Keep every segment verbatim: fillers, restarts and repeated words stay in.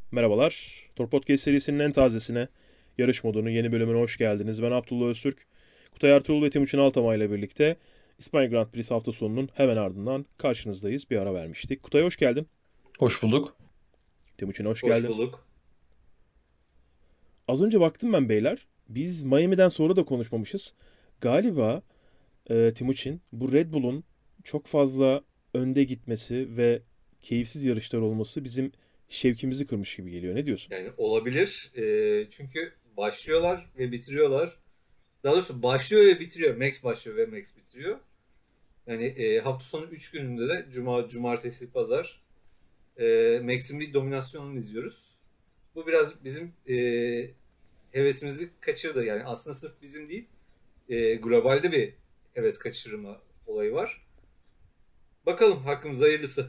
Merhabalar. Tor Podcast serisinin en tazesine, yarış modunun yeni bölümüne hoş geldiniz. Ben Abdullah Öztürk, Kutay Ertuğrul ve Timuçin Altamay ile birlikte İspanya Grand Prix hafta sonunun hemen ardından karşınızdayız. Bir ara vermiştik. Kutay hoş geldin. Hoş bulduk. Timuçin hoş Hoş geldin. bulduk. Az önce baktım ben beyler. Biz Miami'den sonra da konuşmamışız. Galiba e, Timuçin bu Red Bull'un çok fazla önde gitmesi ve keyifsiz yarışlar olması bizim şevkimizi kırmış gibi geliyor. Ne diyorsun? Yani olabilir. Ee, çünkü başlıyorlar ve bitiriyorlar. Daha doğrusu başlıyor ve bitiriyor. Max başlıyor ve Max bitiriyor. Yani e, hafta sonu üç gününde de Cuma, Cumartesi, Pazar e, Max'in bir dominasyonunu izliyoruz. Bu biraz bizim e, hevesimizi kaçırdı. Yani aslında sırf bizim değil, e, globalde bir heves kaçırma olayı var. Bakalım, hakkımız hayırlısı.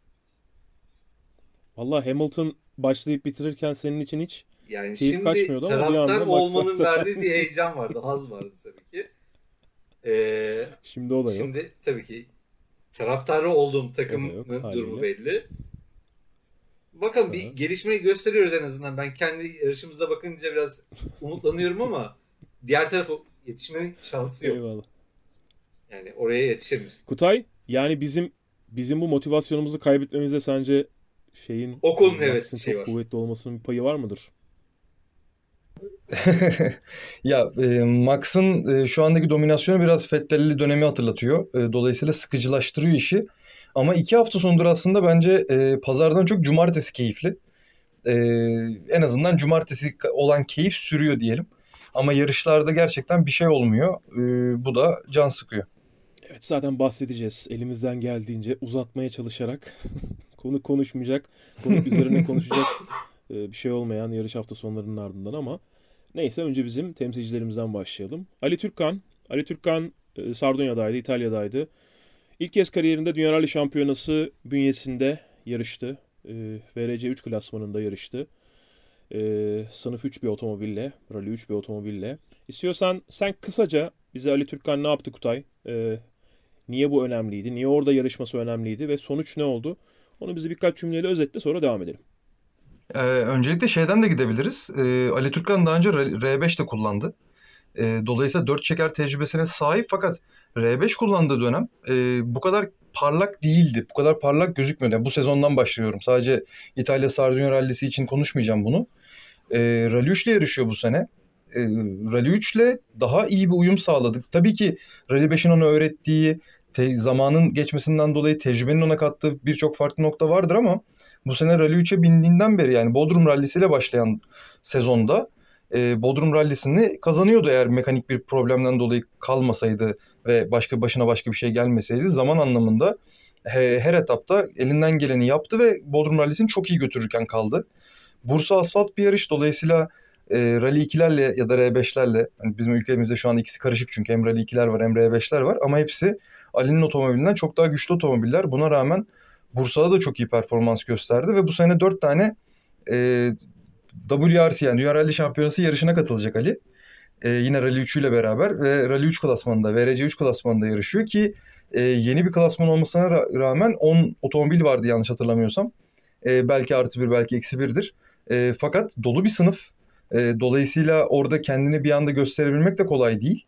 Vallahi Hamilton başlayıp bitirirken senin için hiç Yani keyif şimdi kaçmıyordu ama bir taraftar anda olmanın baksak verdiği bir heyecan vardı, haz vardı tabii ki. Ee, şimdi o da yok. Şimdi tabii ki taraftarı olduğum O da takımın yok durumu haliyle. belli. Bakalım, bir Aha. gelişmeyi gösteriyoruz en azından. Ben kendi yarışımıza bakınca biraz umutlanıyorum ama diğer tarafa yetişmenin şansı yok. Eyvallah. Yani oraya yetişemiyoruz. Kutay, yani bizim bizim bu motivasyonumuzu kaybetmemizde sence şeyin O konunun Max'in evet şey çok var. kuvvetli olmasının bir payı var mıdır? Ya e, Max'ın e, şu andaki dominasyonu biraz Fettelli dönemi hatırlatıyor. E, dolayısıyla sıkıcılaştırıyor işi. Ama iki hafta sondur aslında bence e, pazardan çok cumartesi keyifli. E, En azından cumartesi ka- olan keyif sürüyor diyelim. Ama yarışlarda gerçekten bir şey olmuyor. E, bu da can sıkıyor. Evet, zaten bahsedeceğiz. Elimizden geldiğince uzatmaya çalışarak konu konuşmayacak, konu üzerine konuşacak e, bir şey olmayan yarış hafta sonlarının ardından ama neyse önce bizim temsilcilerimizden başlayalım. Ali Türkkan. Ali Türkkan e, Sardunya'daydı, İtalya'daydı. İlk kez kariyerinde Dünya Rally Şampiyonası bünyesinde yarıştı. E, V R C üç klasmanında yarıştı. E, sınıf üç bir otomobille, Rally üç bir otomobille. İstiyorsan sen kısaca bize Ali Türkkan ne yaptı Kutay? E, niye bu önemliydi? Niye orada yarışması önemliydi? Ve sonuç ne oldu? Onu bize birkaç cümleyle özetle sonra devam edelim. E, öncelikle şeyden de gidebiliriz. E, Ali Türkkan daha önce R beş de kullandı. E, dolayısıyla dört çeker tecrübesine sahip fakat R beş kullandığı dönem e, bu kadar parlak değildi. Bu kadar parlak gözükmüyordu. Yani bu sezondan başlıyorum. Sadece İtalya Sardunya Rallisi için konuşmayacağım bunu. E, Rally üç ile yarışıyor bu sene. E, Rally üç ile daha iyi bir uyum sağladık. Tabii ki Rally beşin ona öğrettiği, te- zamanın geçmesinden dolayı tecrübenin ona kattığı birçok farklı nokta vardır ama bu sene Rally üçe bindiğinden beri, yani Bodrum Rallisi'yle başlayan sezonda e, Bodrum Rally'sini kazanıyordu eğer mekanik bir problemden dolayı kalmasaydı ve başka başına başka bir şey gelmeseydi. Zaman anlamında he- her etapta elinden geleni yaptı ve Bodrum Rally'sini çok iyi götürürken kaldı. Bursa asfalt bir yarış, dolayısıyla e, Rally ikilerle ya da R beşlerle, hani bizim ülkemizde şu an ikisi karışık çünkü hem Rally ikiler var hem R beşler var ama hepsi Ali'nin otomobilinden çok daha güçlü otomobiller. Buna rağmen Bursa'da da çok iyi performans gösterdi ve bu sene dört tane e, W R C, yani Dünya Rally Şampiyonası yarışına katılacak Ali. Ee, yine Rally üç ile beraber ve Rally üç klasmanında, V R C üç klasmanında yarışıyor ki e, yeni bir klasman olmasına ra- rağmen on otomobil vardı yanlış hatırlamıyorsam. E, belki artı bir, belki eksi birdir. E, fakat dolu bir sınıf. E, dolayısıyla orada kendini bir anda gösterebilmek de kolay değil.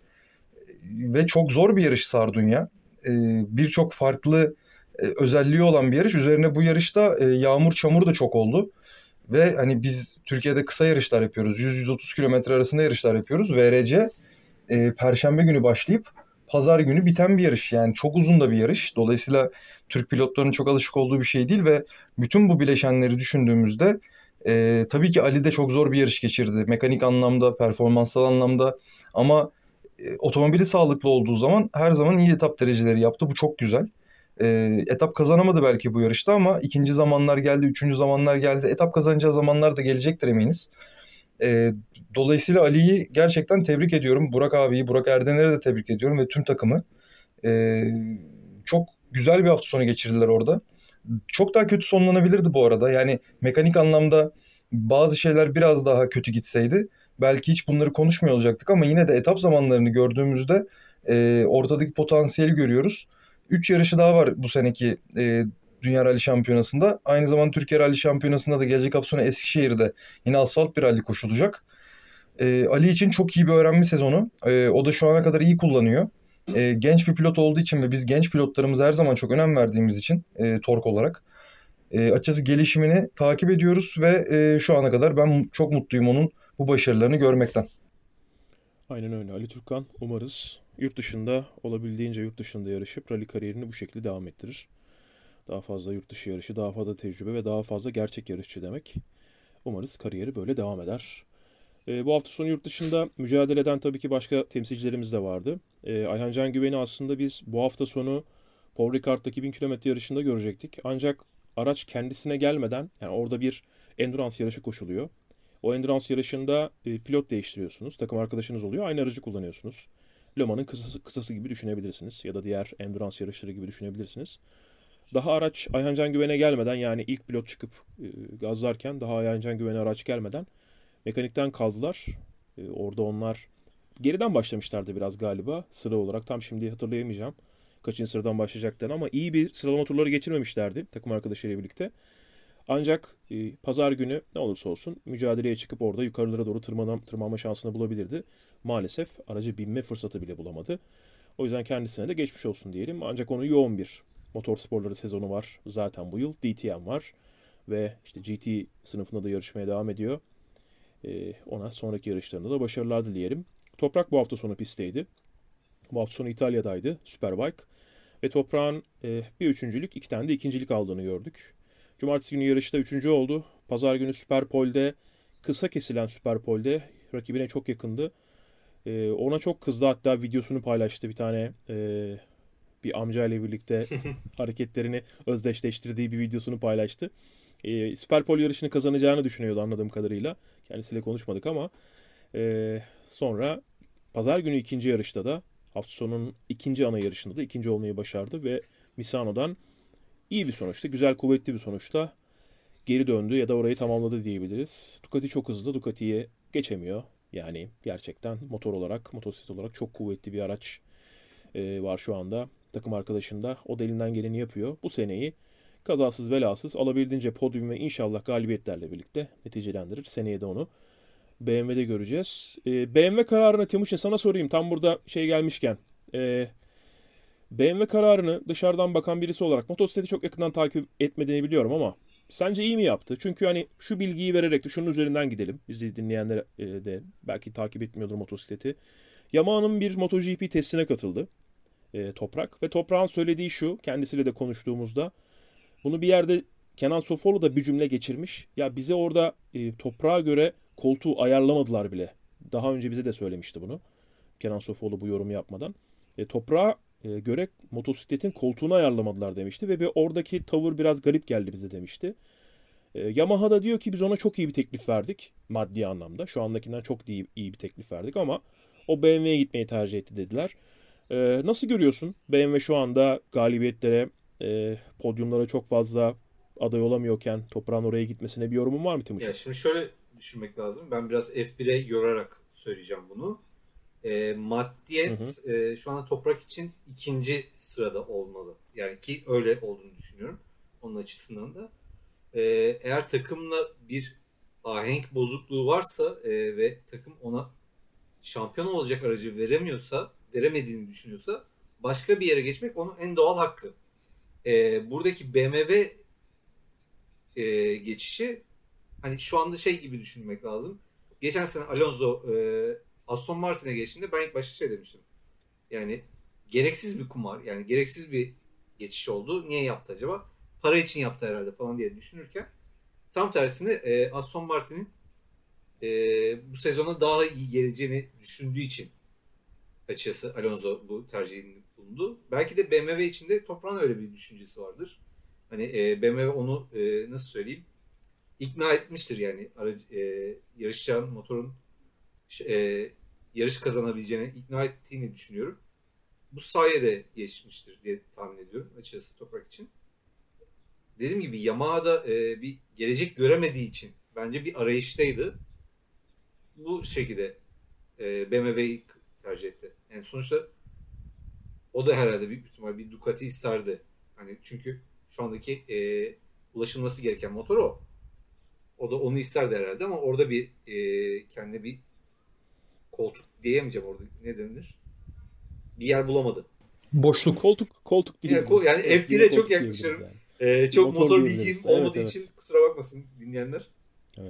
Ve çok zor bir yarış Sardunya. E, Birçok farklı e, özelliği olan bir yarış. Üzerine bu yarışta e, yağmur çamur da çok oldu. Ve hani biz Türkiye'de kısa yarışlar yapıyoruz. yüz yüz otuz kilometre arasında yarışlar yapıyoruz. V R C e, Perşembe günü başlayıp Pazar günü biten bir yarış. Yani çok uzun da bir yarış. Dolayısıyla Türk pilotlarının çok alışık olduğu bir şey değil ve bütün bu bileşenleri düşündüğümüzde e, tabii ki Ali de çok zor bir yarış geçirdi. Mekanik anlamda, performansal anlamda ama e, otomobili sağlıklı olduğu zaman her zaman iyi etap dereceleri yaptı. Bu çok güzel. E, etap kazanamadı belki bu yarışta ama ikinci zamanlar geldi, üçüncü zamanlar geldi. Etap kazanacağı zamanlar da gelecektir eminiz. E, Dolayısıyla Ali'yi gerçekten tebrik ediyorum. Burak abiyi, Burak Erdener'i de tebrik ediyorum ve tüm takımı. E, Çok güzel bir hafta sonu geçirdiler orada. Çok daha kötü sonlanabilirdi bu arada. Yani mekanik anlamda bazı şeyler biraz daha kötü gitseydi belki hiç bunları konuşmuyor olacaktık ama yine de etap zamanlarını gördüğümüzde e, ortadaki potansiyeli görüyoruz. Üç yarışı daha var bu seneki e, Dünya Rally Şampiyonası'nda. Aynı zamanda Türkiye Rally Şampiyonası'nda da gelecek hafta sonu Eskişehir'de yine asfalt bir rally koşulacak. Ee, Ali için çok iyi bir öğrenme sezonu. Ee, o da şu ana kadar iyi kullanıyor. Ee, genç bir pilot olduğu için ve biz genç pilotlarımıza her zaman çok önem verdiğimiz için e, Tork olarak e, açıkçası gelişimini takip ediyoruz ve e, şu ana kadar ben çok mutluyum onun bu başarılarını görmekten. Aynen öyle. Ali Türkkan umarız yurt dışında olabildiğince yurt dışında yarışıp rally kariyerini bu şekilde devam ettirir. Daha fazla yurt dışı yarışı, daha fazla tecrübe ve daha fazla gerçek yarışçı demek. Umarız kariyeri böyle devam eder. E, bu hafta sonu yurt dışında mücadele eden tabii ki başka temsilcilerimiz de vardı. E, Ayhan Can Güven'i aslında biz bu hafta sonu Paul Ricard'daki iki bin kilometre yarışında görecektik. Ancak araç kendisine gelmeden, yani orada bir endurance yarışı koşuluyor. O endurance yarışında e, pilot değiştiriyorsunuz. Takım arkadaşınız oluyor. Aynı aracı kullanıyorsunuz. Le Mans'ın kısası, kısası gibi düşünebilirsiniz. Ya da diğer endurance yarışları gibi düşünebilirsiniz. Daha araç Ayhan Can Güven'e gelmeden, yani ilk pilot çıkıp e, gazlarken daha Ayhan Can Güven'e araç gelmeden mekanikten kaldılar. E, orada onlar geriden başlamışlardı biraz galiba sıra olarak. Tam şimdi hatırlayamayacağım kaçıncı sıradan başlayacaklarını, ama iyi bir sıralama turları geçirmemişlerdi takım arkadaşlarıyla birlikte. Ancak e, pazar günü ne olursa olsun mücadeleye çıkıp orada yukarılara doğru tırmanma, tırmanma şansını bulabilirdi. Maalesef aracı binme fırsatı bile bulamadı. O yüzden kendisine de geçmiş olsun diyelim. Ancak onun yoğun bir motorsporları sezonu var zaten bu yıl. D T M var ve işte G T sınıfında da yarışmaya devam ediyor. E, ona sonraki yarışlarında da başarılar dileyelim. Toprak bu hafta sonu pistteydi. Bu hafta sonu İtalya'daydı Superbike. Ve Toprak'ın e, bir üçüncülük, iki tane de ikincilik aldığını gördük. Cumartesi günü yarışta üçüncü oldu. Pazar günü Superpole'de, kısa kesilen Superpole'de rakibine çok yakındı. E, ona çok kızdı, hatta videosunu paylaştı bir tane e, bir amcayla birlikte hareketlerini özdeşleştirdiği bir videosunu paylaştı. E, Superpole yarışını kazanacağını düşünüyordu anladığım kadarıyla. Kendisiyle konuşmadık ama e, sonra pazar günü ikinci yarışta da hafta sonunun ikinci ana yarışında da ikinci olmayı başardı ve Misano'dan iyi bir sonuçta, güzel kuvvetli bir sonuçta geri döndü ya da orayı tamamladı diyebiliriz. Ducati çok hızlı, Ducati'ye geçemiyor. Yani gerçekten motor olarak, motosiklet olarak çok kuvvetli bir araç e, var şu anda. Takım arkadaşında o da elinden geleni yapıyor. Bu seneyi kazasız belasız alabildiğince podyum ve inşallah galibiyetlerle birlikte neticelendirir. Seneye de onu B M W'de göreceğiz. E, B M W kararını Timuçin sana sorayım. Tam burada şey gelmişken. E, B M W kararını dışarıdan bakan birisi olarak motosikleti çok yakından takip etmediğini biliyorum ama sence iyi mi yaptı? Çünkü hani şu bilgiyi vererek de şunun üzerinden gidelim. Bizi dinleyenler e, de belki takip etmiyordur motosikleti. Yamaha'nın bir MotoGP testine katıldı e, Toprak. Ve Toprak'ın söylediği şu, kendisiyle de konuştuğumuzda. Bunu bir yerde Kenan Sofuoğlu da bir cümle geçirmiş. Ya bize orada e, Toprak'a göre koltuğu ayarlamadılar bile. Daha önce bize de söylemişti bunu. Kenan Sofuoğlu bu yorumu yapmadan. E, Toprak'a e, göre motosikletin koltuğunu ayarlamadılar demişti. Ve bir oradaki tavır biraz garip geldi bize demişti. E, Yamaha da diyor ki biz ona çok iyi bir teklif verdik. Maddi anlamda. Şu andakinden çok iyi, iyi bir teklif verdik ama o B M W'ye gitmeyi tercih etti dediler. E, nasıl görüyorsun? B M W şu anda galibiyetlere, e, podyumlara çok fazla aday olamıyorken Toprağın oraya gitmesine bir yorumun var mı Timuçin? Ya şimdi şöyle düşünmek lazım. Ben biraz F bire yorarak söyleyeceğim bunu. E, maddiyet Hı hı. e, şu anda Toprak için ikinci sırada olmalı. Yani ki öyle olduğunu düşünüyorum. Onun açısından da. E, eğer takımla bir ahenk bozukluğu varsa e, ve takım ona şampiyon olacak aracı veremiyorsa, veremediğini düşünüyorsa başka bir yere geçmek onun en doğal hakkı. E, buradaki B M W e, geçişi hani şu anda şey gibi düşünmek lazım. Geçen sene Alonso e, Aston Martin'e geçtiğinde ben ilk başta şey demiştim. Yani gereksiz bir kumar, yani gereksiz bir geçiş oldu. Niye yaptı acaba? Para için yaptı herhalde falan diye düşünürken tam tersine e, Aston Martin'in e, bu sezona daha iyi geleceğini düşündüğü için açıkçası Alonso bu tercihini bulundu. Belki de B M W için de Toprağın öyle bir düşüncesi vardır. Hani e, B M W onu e, nasıl söyleyeyim? İkna etmiştir yani aracı, e, yarışacağın motorun e, yarış kazanabileceğini ikna ettiğini düşünüyorum. Bu sayede geçmiştir diye tahmin ediyorum açıkçası Toprak için. Dediğim gibi Yamaha'da e, bir gelecek göremediği için bence bir arayıştaydı. Bu şekilde e, B M W'yi tercih etti. Yani sonuçta o da herhalde büyük ihtimal bir Ducati isterdi. Hani çünkü şu andaki e, ulaşılması gereken motor o. O da onu isterdi herhalde ama orada bir e, kendine bir koltuk diyemeyeceğim orada. Ne denir? Bir yer bulamadı. Boşluk. Koltuk koltuk Yani, diyebiliriz. yani F bir'e çok yaklaşırım. Yani. Ee, çok motor, motor bilgim evet, olmadığı evet. için kusura bakmasın dinleyenler. Evet.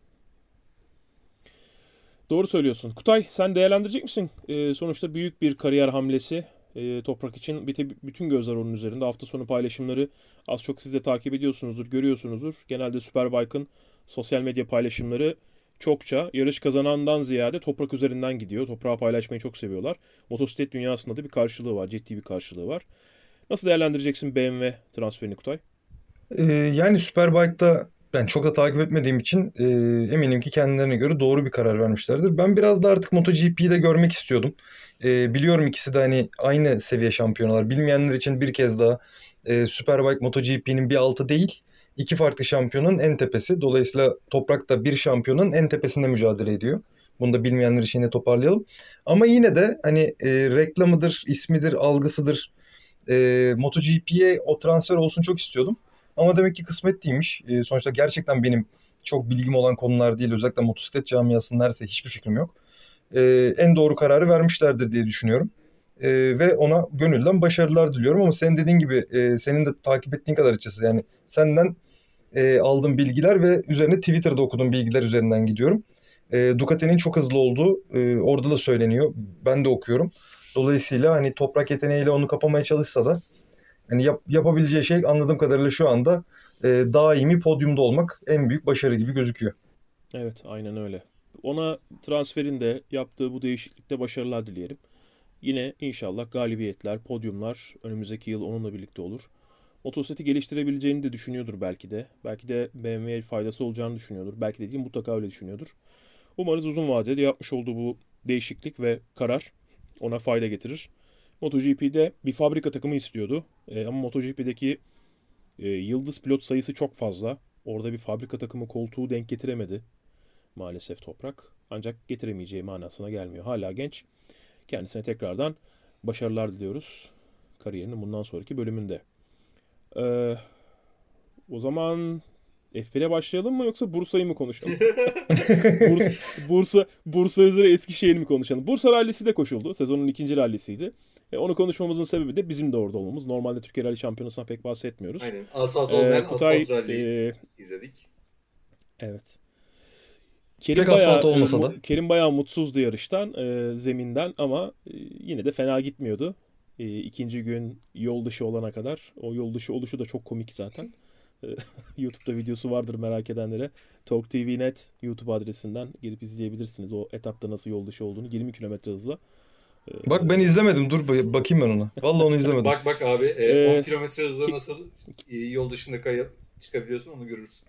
Doğru söylüyorsun. Kutay, sen değerlendirecek misin? Ee, sonuçta büyük bir kariyer hamlesi e, Toprak için. Bütün gözler onun üzerinde. Hafta sonu paylaşımları az çok siz de takip ediyorsunuzdur, görüyorsunuzdur. Genelde Superbike'ın sosyal medya paylaşımları çokça yarış kazanandan ziyade Toprak üzerinden gidiyor. Toprağı paylaşmayı çok seviyorlar. Motosiklet dünyasında da bir karşılığı var. Ciddi bir karşılığı var. Nasıl değerlendireceksin B M W transferini Kutay? Ee, yani Superbike'da ben çok da takip etmediğim için e, eminim ki kendilerine göre doğru bir karar vermişlerdir. Ben biraz da artık MotoGP'yi de görmek istiyordum. E, biliyorum ikisi de hani aynı seviye şampiyonalar. Bilmeyenler için bir kez daha e, Superbike MotoGP'nin bir altı değil, iki farklı şampiyonun en tepesi. Dolayısıyla Toprak da bir şampiyonun en tepesinde mücadele ediyor. Bunu da bilmeyenler için yine toparlayalım. Ama yine de hani e, reklamıdır, ismidir, algısıdır. E, MotoGP'ye o transfer olsun çok istiyordum. Ama demek ki kısmet değilmiş. E, sonuçta gerçekten benim çok bilgim olan konular değil. Özellikle motosiklet camiasının neredeyse hiçbir fikrim yok. E, en doğru kararı vermişlerdir diye düşünüyorum. E, ve ona gönülden başarılar diliyorum. Ama senin dediğin gibi e, senin de takip ettiğin kadar açısı. Yani senden e, aldığım bilgiler ve üzerine Twitter'da okuduğum bilgiler üzerinden gidiyorum. E, Ducati'nin çok hızlı olduğu e, orada da söyleniyor. Ben de okuyorum. Dolayısıyla hani Toprak yeteneğiyle onu kapamaya çalışsa da yani yap, yapabileceği şey anladığım kadarıyla şu anda e, daimi podyumda olmak en büyük başarı gibi gözüküyor. Evet, aynen öyle. Ona transferinde yaptığı bu değişiklikte başarılar dileyelim. Yine inşallah galibiyetler, podyumlar önümüzdeki yıl onunla birlikte olur. Motosikleti geliştirebileceğini de düşünüyordur belki de. Belki de B M W'ye faydası olacağını düşünüyordur. Belki de değil, mutlaka öyle düşünüyordur. Umarız uzun vadede yapmış olduğu bu değişiklik ve karar ona fayda getirir. MotoGP'de bir fabrika takımı istiyordu. E, ama MotoGP'deki e, yıldız pilot sayısı çok fazla. Orada bir fabrika takımı koltuğu denk getiremedi maalesef Toprak. Ancak getiremeyeceği manasına gelmiyor. Hala genç. Kendisine tekrardan başarılar diliyoruz kariyerinin bundan sonraki bölümünde. Ee, o zaman F bir'e başlayalım mı yoksa Bursa'yı mı konuşalım? Bursa, Bursa, Bursa üzere Eskişehir mi konuşalım? Bursa rallisi de koşuldu. Sezonun ikinci rallisiydi. E, onu konuşmamızın sebebi de bizim de orada olmamız. Normalde Türkiye Rally Şampiyonası'ndan pek bahsetmiyoruz. Aynen. Asfalt olmayan ee, Kutay, asfalt ralliyi e, izledik. Evet. Kerim Pek bayağı, asfalt olmasa e, da. Kerim bayağı mutsuzdu yarıştan, e, zeminden ama e, yine de fena gitmiyordu. E, ikinci gün yol dışı olana kadar. O yol dışı oluşu da çok komik zaten. E, YouTube'da videosu vardır merak edenlere. Talk T V nokta net YouTube adresinden gelip izleyebilirsiniz. O etapta nasıl yol dışı olduğunu yirmi kilometre hızla. E, Bak ben izlemedim. Dur bakayım ben ona. Vallahi onu izlemedim. Bak bak abi e, Ee, on kilometre hızla ki- nasıl e, yol dışında kayıp çıkabiliyorsun onu görürsün.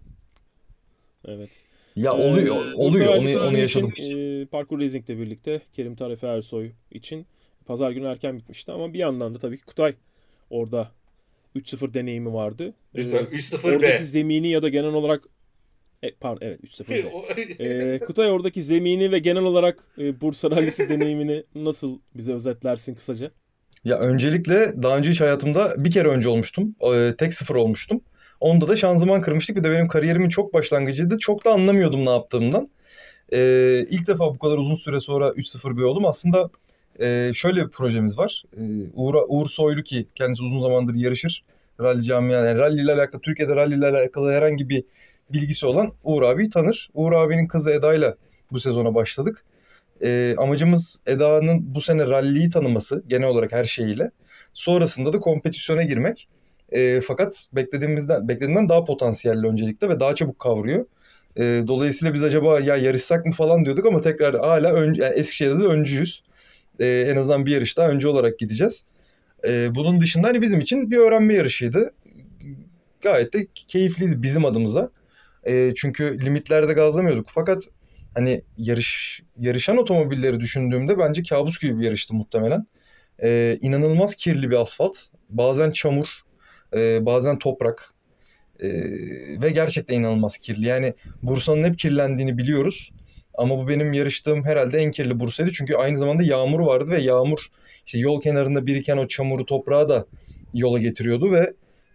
Evet. Ya Ee, oluyor, Bursa oluyor. Onu, Rallisi onu bizim yaşadım. için, e, Parkur Racing'le birlikte Kerim Tarife Ersoy için pazar günü erken bitmişti ama bir yandan da tabii ki Kutay orada üç sıfır deneyimi vardı. Lütfen Ee, üç sıfır oradaki B. zemini ya da genel olarak e, pardon evet üç sıfır B. O- Ee, Kutay oradaki zemini ve genel olarak e, Bursa Rallisi deneyimini nasıl bize özetlersin kısaca? Ya öncelikle daha önce hiç hayatımda bir kere önce olmuştum. Ee, tek sıfır olmuştum. Onda da şanzıman kırmıştık. Bir de benim kariyerimin çok başlangıcıydı. Çok da anlamıyordum ne yaptığımdan. Ee, ilk defa bu kadar uzun süre sonra üç sıfır bir oldum. Aslında e, şöyle bir projemiz var. Ee, Uğur, Uğur Soylu ki kendisi uzun zamandır yarışır. Rally camia, yani rally ile alakalı, Türkiye'de rally ile alakalı herhangi bir bilgisi olan Uğur abiyi tanır. Uğur abinin kızı Eda'yla bu sezona başladık. Ee, amacımız Eda'nın bu sene rally'yi tanıması genel olarak her şeyiyle. Sonrasında da kompetisyona girmek. Ee, fakat beklediğimizden beklediğimden daha potansiyelli öncelikle ve daha çabuk kavruyor. Ee, dolayısıyla biz acaba ya yarışsak mı falan diyorduk ama tekrar hala ön, yani Eskişehir'de de öncüyüz. Ee, en azından bir yarış daha önce olarak gideceğiz. Ee, bunun dışında hani bizim için bir öğrenme yarışıydı. Gayet de keyifliydi bizim adımıza. Ee, çünkü limitlerde gazlamıyorduk. Fakat hani yarış yarışan otomobilleri düşündüğümde bence kabus gibi bir yarıştı muhtemelen. Ee, inanılmaz kirli bir asfalt. Bazen çamur, e, bazen toprak. E, ve gerçekten inanılmaz kirli. Yani Bursa'nın hep kirlendiğini biliyoruz. Ama bu benim yarıştığım herhalde en kirli Bursa'ydı. Çünkü aynı zamanda yağmur vardı ve yağmur işte yol kenarında biriken o çamuru, toprağı da yola getiriyordu ve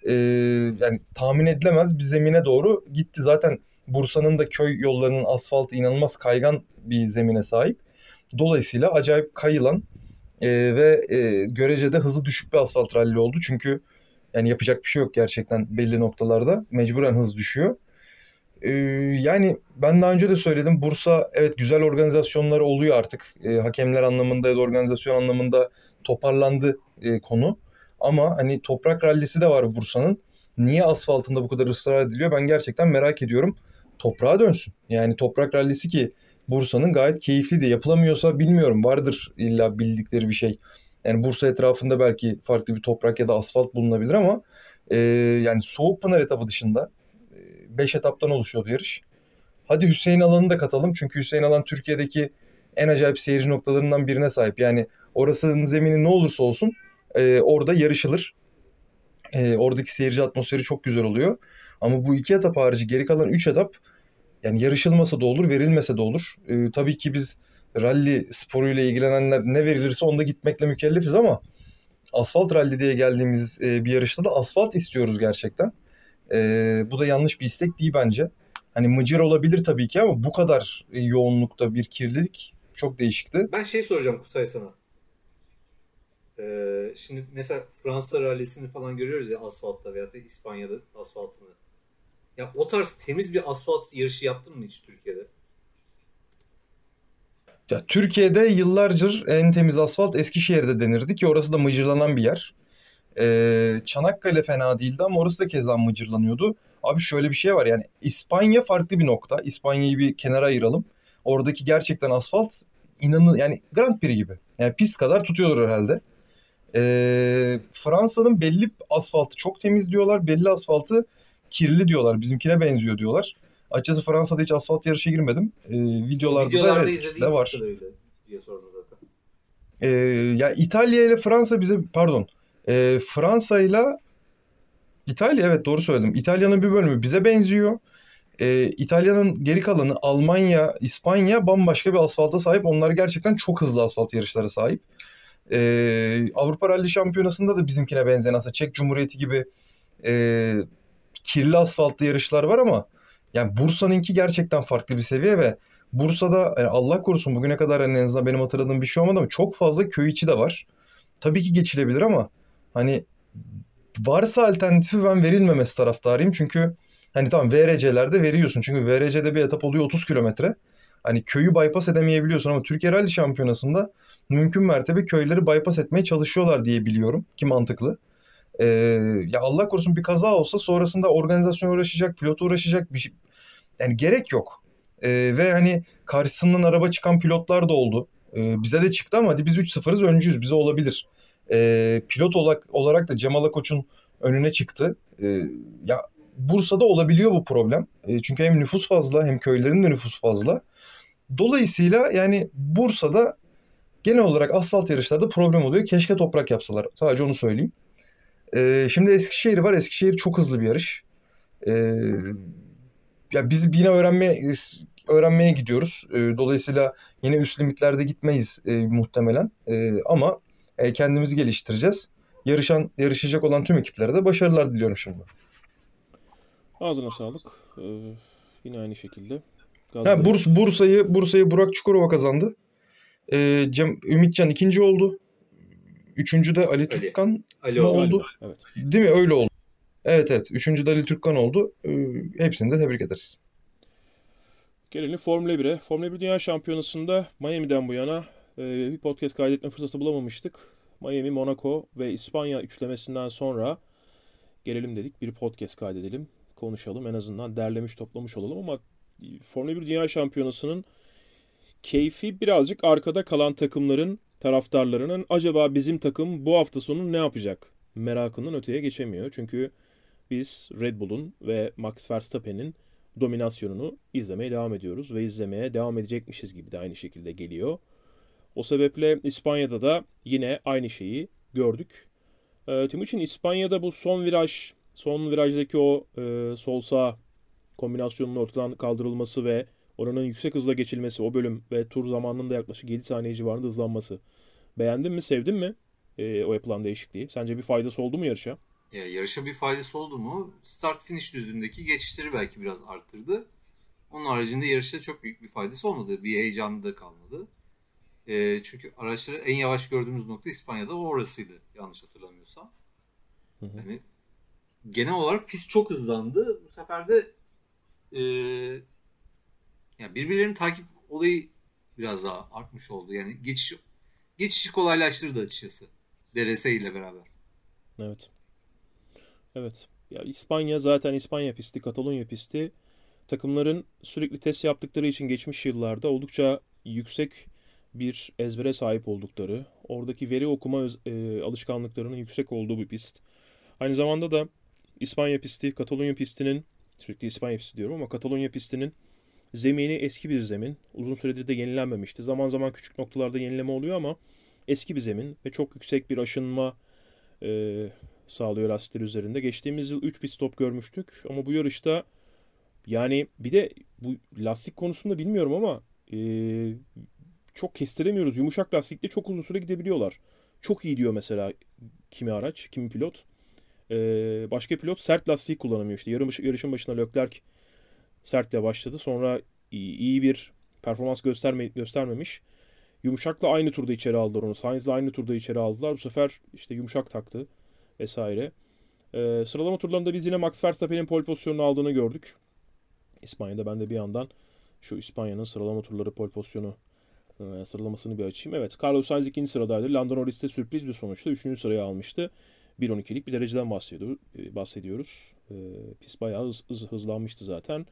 e, yani tahmin edilemez bir zemine doğru gitti. Zaten Bursa'nın da köy yollarının asfaltı inanılmaz kaygan bir zemine sahip. Dolayısıyla acayip kayılan e, ve e, görecede hızı düşük bir asfalt ralli oldu. Çünkü yani yapacak bir şey yok gerçekten belli noktalarda. Mecburen hız düşüyor. E, yani ben daha önce de söyledim. Bursa evet güzel organizasyonları oluyor artık. E, hakemler anlamında ya da organizasyon anlamında toparlandı e, konu. Ama hani toprak rallisi de var Bursa'nın. Niye asfaltında bu kadar ısrar ediliyor? Ben gerçekten merak ediyorum. Toprağa dönsün. Yani toprak rallisi ki Bursa'nın gayet keyifli de yapılamıyorsa bilmiyorum. Vardır illa bildikleri bir şey. Yani Bursa etrafında belki farklı bir toprak ya da asfalt bulunabilir ama e, yani Soğukpınar etabı dışında beş etaptan oluşuyordu yarış. Hadi Hüseyin Alan'ı da katalım. Çünkü Hüseyin Alan Türkiye'deki en acayip seyirci noktalarından birine sahip. Yani orasının zemini ne olursa olsun e, orada yarışılır. E, oradaki seyirci atmosferi çok güzel oluyor. Ama bu iki etap harici geri kalan üç etap yani yarışılmasa da olur, verilmese de olur. E, tabii ki biz ralli sporuyla ilgilenenler ne verilirse onda gitmekle mükellefiz ama asfalt ralli diye geldiğimiz e, bir yarışta da asfalt istiyoruz gerçekten. E, bu da yanlış bir istek değil bence. Hani mıcır olabilir tabii ki ama bu kadar e, yoğunlukta bir kirlilik çok değişikti. Ben şey soracağım Kutay sana. Ee, şimdi mesela Fransa rallisini falan görüyoruz ya asfaltta veyahut da İspanya'da asfaltını. Ya o tarz temiz bir asfalt yarışı yaptın mı hiç Türkiye'de? Ya, Türkiye'de yıllardır en temiz asfalt Eskişehir'de denirdi ki orası da mıcırlanan bir yer. Ee, Çanakkale fena değildi ama orası da keza mıcırlanıyordu. Abi şöyle bir şey var yani İspanya farklı bir nokta. İspanya'yı bir kenara ayıralım. Oradaki gerçekten asfalt inanın yani Grand Prix gibi. Yani pist kadar tutuyorlar herhalde. Ee, Fransa'nın belli asfaltı çok temiz diyorlar. Belli asfaltı kirli diyorlar. Bizimkine benziyor diyorlar. Açıkçası Fransa'da hiç asfalt yarışa girmedim. Ee, videolarda, Videolarda da evet ikisi de izlediğimiz var. kadarıyla diye sordum zaten. Ee, ya İtalya ile Fransa bize pardon. Ee, Fransa ile İtalya evet doğru söyledim. İtalya'nın bir bölümü bize benziyor. Ee, İtalya'nın geri kalanı Almanya, İspanya bambaşka bir asfalta sahip. Onlar gerçekten çok hızlı asfalt yarışlara sahip. Ee, Avrupa Rally Şampiyonası'nda da bizimkine benzeyen aslında Çek Cumhuriyeti gibi e, kirli asfaltlı yarışlar var ama yani Bursa'nınki gerçekten farklı bir seviye ve Bursa'da yani Allah korusun bugüne kadar en azından benim hatırladığım bir şey olmadı ama çok fazla köy içi de var. Tabii ki geçilebilir ama hani varsa alternatifi ben verilmemesi taraftarıyım. Çünkü hani tamam V R C'lerde veriyorsun. Çünkü V R C'de bir etap oluyor otuz kilometre. Hani köyü bypass edemeyebiliyorsun ama Türkiye Rally Şampiyonası'nda mümkün mertebe köyleri bypass etmeye çalışıyorlar diye biliyorum ki mantıklı. Ee, ya Allah korusun bir kaza olsa sonrasında organizasyon uğraşacak, pilot uğraşacak bir şey. Yani gerek yok. Ee, ve hani karşısından araba çıkan pilotlar da oldu. Ee, bize de çıktı ama hadi biz üç sıfırız öncüyüz bize olabilir. Ee, pilot olarak, olarak da Cemal Akoç'un önüne çıktı. Ee, ya Bursa'da olabiliyor bu problem. Ee, çünkü hem nüfus fazla hem köylerin de nüfusu fazla. Dolayısıyla yani Bursa'da genel olarak asfalt yarışlarda problem oluyor. Keşke toprak yapsalar. Sadece onu söyleyeyim. Ee, şimdi Eskişehir var. Eskişehir çok hızlı bir yarış. Ee, ya biz yine öğrenmeye öğrenmeye gidiyoruz. Ee, dolayısıyla yine üst limitlerde gitmeyiz e, muhtemelen. E, ama e, kendimizi geliştireceğiz. Yarışan yarışacak olan tüm ekiplere de başarılar diliyorum şimdi. Ağzına sağlık. Ee, yine aynı şekilde. Ha, Gazdayız. Burs, Bursa'yı Bursa'yı Burak Çukurova kazandı. Ee, Cem, Ümitcan ikinci oldu. Üçüncü de Ali Ali. Türkkan Ali mı oldu. oldu? Evet. Değil mi? Öyle oldu. Evet evet. Üçüncü de Ali Türkkan oldu. Ee, hepsini de tebrik ederiz. Gelelim Formula bire. Formula bir Dünya Şampiyonası'nda Miami'den bu yana e, bir podcast kaydetme fırsatı bulamamıştık. Miami, Monaco ve İspanya üçlemesinden sonra gelelim dedik bir podcast kaydedelim. Konuşalım en azından derlemiş toplamış olalım ama Formula bir Dünya Şampiyonası'nın keyfi birazcık arkada kalan takımların taraftarlarının acaba bizim takım bu hafta sonu ne yapacak merakından öteye geçemiyor. Çünkü biz Red Bull'un ve Max Verstappen'in dominasyonunu izlemeye devam ediyoruz ve izlemeye devam edecekmişiz gibi de aynı şekilde geliyor. O sebeple İspanya'da da yine aynı şeyi gördük. E, Timuçin İspanya'da bu son viraj, son virajdaki o e, sol sağ kombinasyonunun ortadan kaldırılması ve oranın yüksek hızla geçilmesi, o bölüm ve tur zamanının da yaklaşık yedi saniye civarında hızlanması. Beğendin mi, sevdin mi e, o yapılan değişikliği? Sence bir faydası oldu mu yarışa? Ya yarışa bir faydası oldu mu? Start finish düzlüğündeki geçişleri belki biraz arttırdı. Onun haricinde yarışta çok büyük bir faydası olmadı. Bir heyecanı da kalmadı. E, çünkü araçları en yavaş gördüğümüz nokta İspanya'da orasıydı. Yanlış hatırlamıyorsam. Hı hı. Yani genel olarak pist çok hızlandı. Bu sefer de e, yani birbirlerinin takip olayı biraz daha artmış oldu. Yani geçiş geçişi kolaylaştırdı açıkçası. D R S ile beraber. Evet. Evet. Ya İspanya zaten İspanya pisti, Katalonya pisti takımların sürekli test yaptıkları için geçmiş yıllarda oldukça yüksek bir ezbere sahip oldukları, oradaki veri okuma öz- e, alışkanlıklarının yüksek olduğu bir pist. Aynı zamanda da İspanya pisti, Katalonya pistinin, sürekli İspanya pisti diyorum ama Katalonya pistinin zemini eski bir zemin. Uzun süredir de yenilenmemişti. Zaman zaman küçük noktalarda yenileme oluyor ama eski bir zemin ve çok yüksek bir aşınma e, sağlıyor lastikler üzerinde. Geçtiğimiz yıl üç pit stop görmüştük ama bu yarışta yani bir de bu lastik konusunda bilmiyorum ama e, çok kestiremiyoruz. Yumuşak lastikle çok uzun süre gidebiliyorlar. Çok iyi diyor mesela kimi araç, kimi pilot. E, başka pilot sert lastik kullanamıyor işte. Yarım, yarışın başına Leclerc sertle başladı. Sonra iyi, iyi bir performans gösterme, göstermemiş. Yumuşakla aynı turda içeri aldılar onu. Sainz'la aynı turda içeri aldılar. Bu sefer işte yumuşak taktı vesaire. Ee, sıralama turlarında biz yine Max Verstappen'in pole pozisyonunu aldığını gördük. İspanya'da ben de bir yandan şu İspanya'nın sıralama turları pole pozisyonu e, sıralamasını bir açayım. Evet, Carlos Sainz ikinci sıradaydı. Lando Norris de sürpriz bir sonuçta üçüncü sırayı almıştı. bir on ikilik bir dereceden bahsediyor, e, bahsediyoruz. E, pist bayağı hız, hız, hızlanmıştı zaten.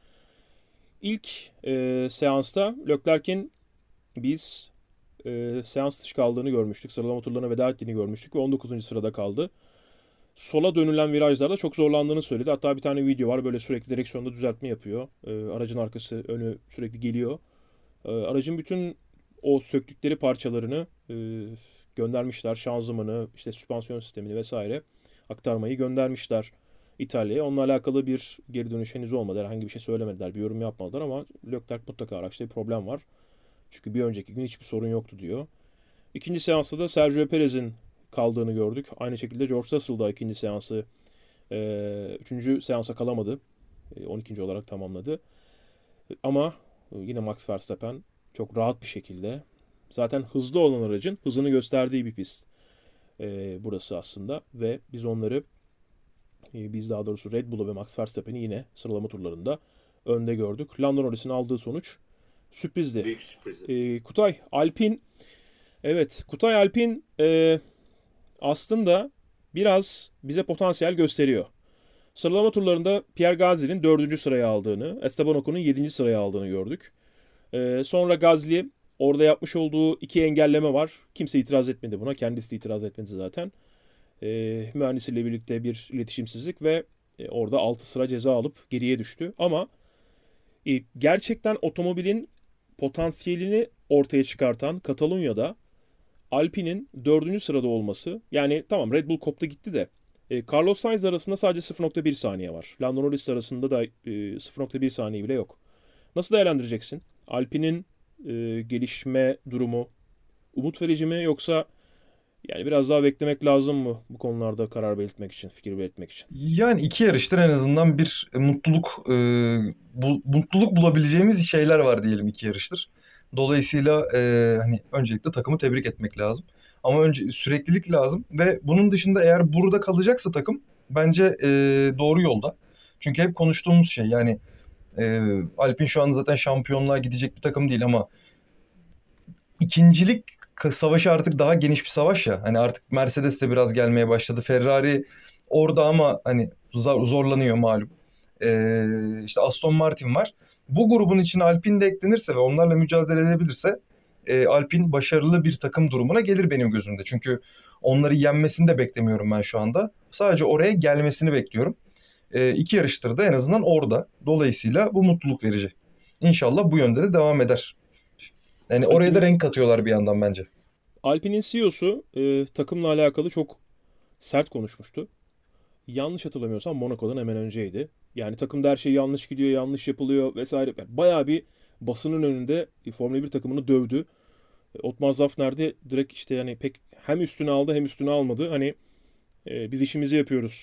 İlk e, seansta Leclerc'in biz e, seans dışı kaldığını görmüştük. Sıralama turlarına veda ettiğini görmüştük ve on dokuzuncu sırada kaldı. Sola dönülen virajlarda çok zorlandığını söyledi. Hatta bir tane video var, böyle sürekli direksiyonda düzeltme yapıyor. E, aracın arkası önü sürekli geliyor. E, aracın bütün o söktükleri parçalarını e, göndermişler. Şanzımanı, işte süspansiyon sistemini vesaire aktarmayı göndermişler İtalya'ya. Onunla alakalı bir geri dönüş henüz olmadı. Herhangi bir şey söylemediler, bir yorum yapmadılar ama Leclerc mutlaka araçta bir problem var. Çünkü bir önceki gün hiçbir sorun yoktu diyor. İkinci seansta da Sergio Perez'in kaldığını gördük. Aynı şekilde George Russell da ikinci seansı, e, üçüncü seansa kalamadı. E, on ikinci olarak tamamladı. Ama yine Max Verstappen çok rahat bir şekilde, zaten hızlı olan aracın hızını gösterdiği bir pist e, burası aslında ve biz onları, e, biz daha doğrusu Red Bull'u ve Max Verstappen'i yine sıralama turlarında önde gördük. Lando Norris'in aldığı sonuç sürprizdi. Büyük sürpriz. E, Kutay, Alpine, evet Kutay Alpine e, aslında biraz bize potansiyel gösteriyor. Sıralama turlarında Pierre Gasly'nin dördüncü sıraya aldığını, Esteban Ocon'un yedinci sıraya aldığını gördük. Ee, sonra Gasly orada yapmış olduğu iki engelleme var. Kimse itiraz etmedi buna. Kendisi de itiraz etmedi zaten. Ee, mühendisiyle birlikte bir iletişimsizlik ve e, orada altı sıra ceza alıp geriye düştü. Ama e, gerçekten otomobilin potansiyelini ortaya çıkartan Katalonya'da Alpine'in dördüncü sırada olması, yani tamam Red Bull koptu gitti de e, Carlos Sainz arasında sadece sıfır nokta bir saniye var. Lando Norris arasında da e, sıfır nokta bir saniye bile yok. Nasıl değerlendireceksin? Alpine'in e, gelişme durumu umut verici mi, yoksa yani biraz daha beklemek lazım mı bu konularda karar belirtmek için, fikir belirtmek için? Yani iki yarıştır en azından bir e, mutluluk e, bu, mutluluk bulabileceğimiz şeyler var diyelim iki yarıştır. Dolayısıyla e, hani öncelikle takımı tebrik etmek lazım. Ama önce süreklilik lazım ve bunun dışında eğer burada kalacaksa takım bence e, doğru yolda. Çünkü hep konuştuğumuz şey yani e, Alpine şu an zaten şampiyonluğa gidecek bir takım değil ama ikincilik savaşı artık daha geniş bir savaş ya. Hani artık Mercedes de biraz gelmeye başladı. Ferrari orada ama hani zor- zorlanıyor malum. Ee, işte Aston Martin var. Bu grubun içine Alpine de eklenirse ve onlarla mücadele edebilirse e, Alpine başarılı bir takım durumuna gelir benim gözümde. Çünkü onları yenmesini de beklemiyorum ben şu anda. Sadece oraya gelmesini bekliyorum. E, iki yarıştır da en azından orada. Dolayısıyla bu mutluluk verici. İnşallah bu yönde de devam eder. Yani oraya da Alpine'in renk katıyorlar bir yandan bence. Alpine'in C E O'su e, takımla alakalı çok sert konuşmuştu. Yanlış hatırlamıyorsam Monaco'dan hemen önceydi. Yani takımda her şey yanlış gidiyor, yanlış yapılıyor vesaire. Yani bayağı bir basının önünde e, Formula bir takımını dövdü. E, Otmar Zafner de direkt işte yani pek hem üstüne aldı hem üstüne almadı. Hani e, biz işimizi yapıyoruz